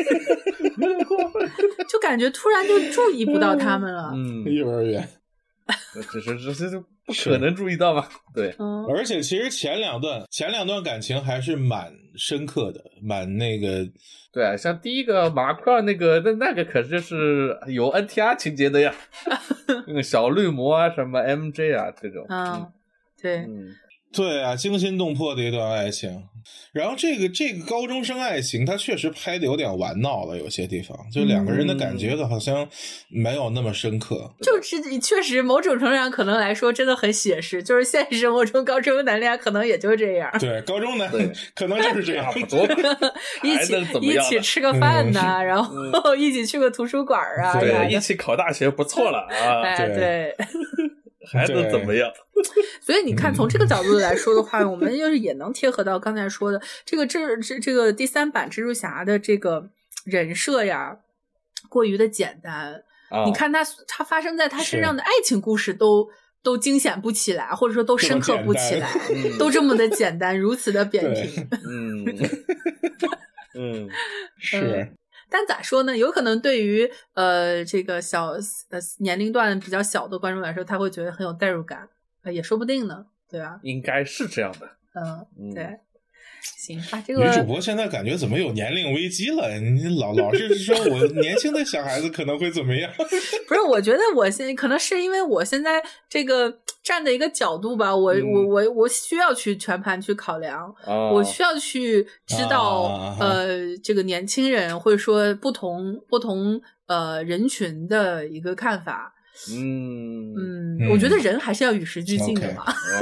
就感觉突然就注意不到他们了。 嗯，幼儿园， 只是只是不可能注意到嘛。对、 嗯， 而且其实前两段前两段感情还是蛮深刻的，蛮那个。 对啊，像第一个马克那个那那个可是就是有 N T R 情节的呀，那个小绿魔啊，什么 M J 啊这种。 嗯，对。 嗯对啊，惊心动魄的一段爱情。然后这个这个高中生爱情，它确实拍的有点玩闹了，有些地方就两个人的感觉好像没有那么深刻。 嗯、就是确实某种程度上可能来说真的很写实，就是现实生活中高中谈恋爱可能也就这样。 对，高中男可能就是这样， 一起一起吃个饭呐、嗯，然后一起去个图书馆啊， 对，一起考大学不错了啊， 哎对。 还能怎么样？ 所以你看，从这个角度来说的话，我们就是也能贴合到刚才说的这个这这这个第三版蜘蛛侠的这个人设呀，过于的简单。 哦、 你看他他发生在他身上的爱情故事都都惊险不起来，或者说都深刻不起来， 这都这么的简单，如此的扁平。 嗯嗯， 是。 嗯但咋说呢？有可能对于呃这个小呃年龄段比较小的观众来说，他会觉得很有代入感，呃、也说不定呢，对吧？ 应该是这样的。 嗯，对。嗯、行吧，这个女主播现在感觉怎么有年龄危机了？你老老是说我年轻的小孩子可能会怎么样？ 不是，我觉得我现可能是因为我现在这个站的一个角度吧，我、嗯、我我我需要去全盘去考量， 哦、 我需要去知道、 啊、 呃这个年轻人或者说不同不同呃人群的一个看法。 嗯嗯，我觉得人还是要与时俱进的嘛。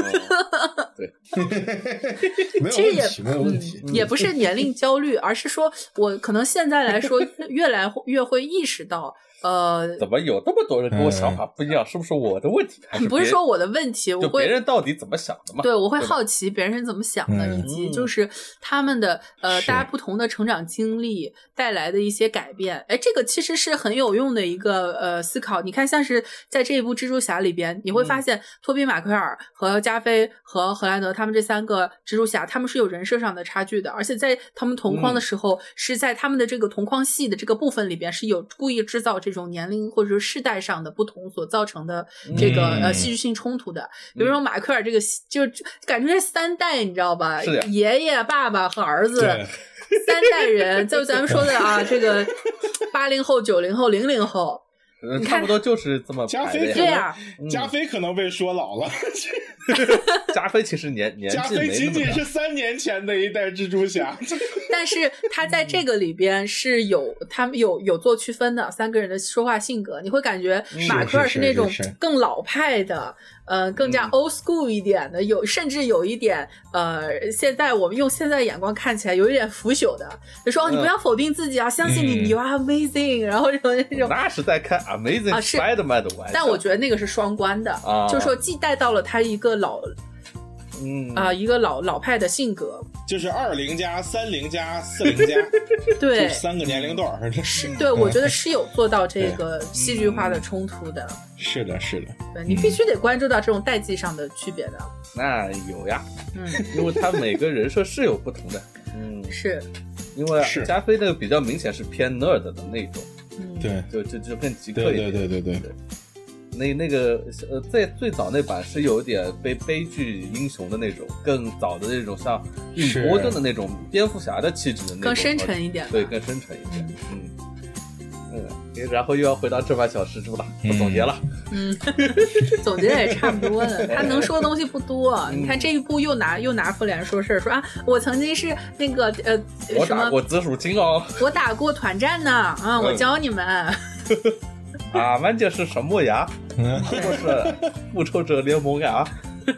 Okay. 对， 其实也没有问题、 嗯，也不是年龄焦虑，而是说我可能现在来说，越来越会意识到。呃， 怎么有那么多人跟我想法不一样？嗯、是不是我的问题？还是不是说我的问题，我会就别人到底怎么想的嘛？ 对，我会好奇别人是怎么想的， 嗯、 以及就是他们的呃，大家不同的成长经历带来的一些改变。哎，这个其实是很有用的一个呃思考。你看，像是在这一部蜘蛛侠里边，你会发现、嗯、托比马奎尔和加菲和荷兰德他们这三个蜘蛛侠，他们是有人设上的差距的，而且在他们同框的时候，嗯、是在他们的这个同框戏的这个部分里边是有故意制造这种年龄或者说世代上的不同所造成的这个、嗯、呃戏剧性冲突的。比如说马奎尔这个就感觉是三代，你知道吧？爷爷、爸爸和儿子三代人，就咱们说的啊，这个八零后、九零后、零零后。 嗯，差不多就是这么加菲对呀， 加菲可能被说老了。 加菲其实年年纪加菲仅仅是三年前的一代蜘蛛侠， 但是他在这个里边是有他们有有做区分的，三个人的说话性格，你会感觉马奎尔是那种更老派的，呃，更加 old school 一点的，有甚至有一点呃，现在我们用现在的眼光看起来有一点腐朽的，就说、哦、你不要否定自己啊，相信你，你 you are amazing，然后这种那种那是在看 Amazing Spider-Man 的玩笑， 但我觉得那个是双关的， 啊、 就是说既带到了他一个老。 嗯啊、呃，一个老老派的性格， 就是二零加三零加四零加， 对， 三个年龄段儿， 是对，我觉得是有做到这个戏剧化的冲突的。 嗯、是的，是的， 对你必须得关注到这种代际上的区别的。 那有呀， 嗯， 因为他每个人设是有不同的，嗯， 是， 因为加菲那个比较明显是偏 nerd 的那种， 嗯， 对， 就就就更极客一点， 对对对对对。 对那那个呃，在最早那版是有点悲悲剧英雄的那种，更早的那种像运波顿的那种蝙蝠侠的气质的那种， 更深沉一点， 对，更深沉一点，嗯嗯，然后又要回到这版小蜘蛛了，我总结了， 嗯，总结的也差不多了，他能说的东西不多。嗯、你看这一部又拿又拿复联说事儿，说啊，我曾经是那个呃， 我打过紫薯精哦， 我打过团战呢，啊，我教你们。 啊，俺这是什么呀？我是复仇者联盟呀！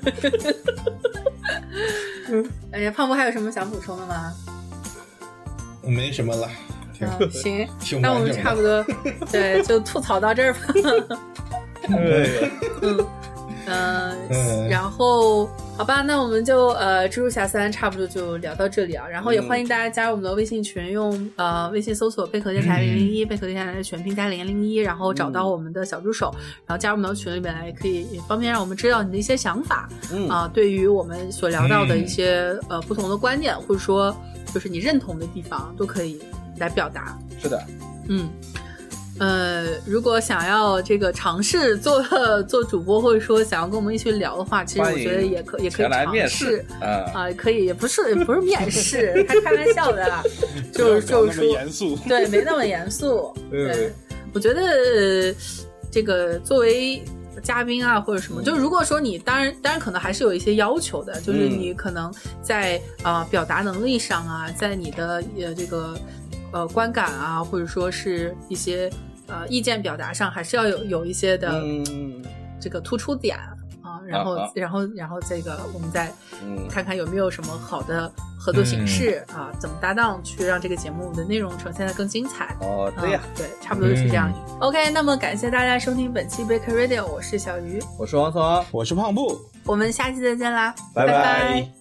哎呀，胖虎还有什么想补充的吗？ 没什么了。 嗯，行，那我们差不多，对，就吐槽到这儿吧。 对， 嗯嗯、呃，然后。好吧，那我们就呃，蜘蛛侠三差不多就聊到这里啊。然后也欢迎大家加入我们的微信群，用呃微信搜索贝壳电台零零一，贝壳电台的全拼加零零一，然后找到我们的小助手，然后加入我们的群里面来，可以也方便让我们知道你的一些想法啊、 嗯呃，对于我们所聊到的一些、嗯、呃不同的观点，或者说就是你认同的地方，都可以来表达。 是的， 嗯。呃，如果想要这个尝试做做主播，或者说想要跟我们一起聊的话，其实我觉得也可也可以尝试啊、呃，可以，也不是也不是面试，他开玩笑的，就是就是说严肃， 对，没那么严肃。对，我觉得、呃、这个作为嘉宾啊或者什么，就如果说你当然当然可能还是有一些要求的，就是你可能在啊、呃、表达能力上啊，在你的呃这个呃观感啊，或者说是一些呃意见表达上，还是要有有一些的这个突出点。然后，啊、然后，然后这个我们再看看有没有什么好的合作形式、嗯、啊，怎么搭档去让这个节目的内容呈现得更精彩。 哦，对呀、啊， 对，差不多就是这样、嗯。OK， 那么感谢大家收听本期 Baker Radio， 我是小鱼， 我是王总， 我是胖布， 我们下期再见啦， 拜拜。 拜拜。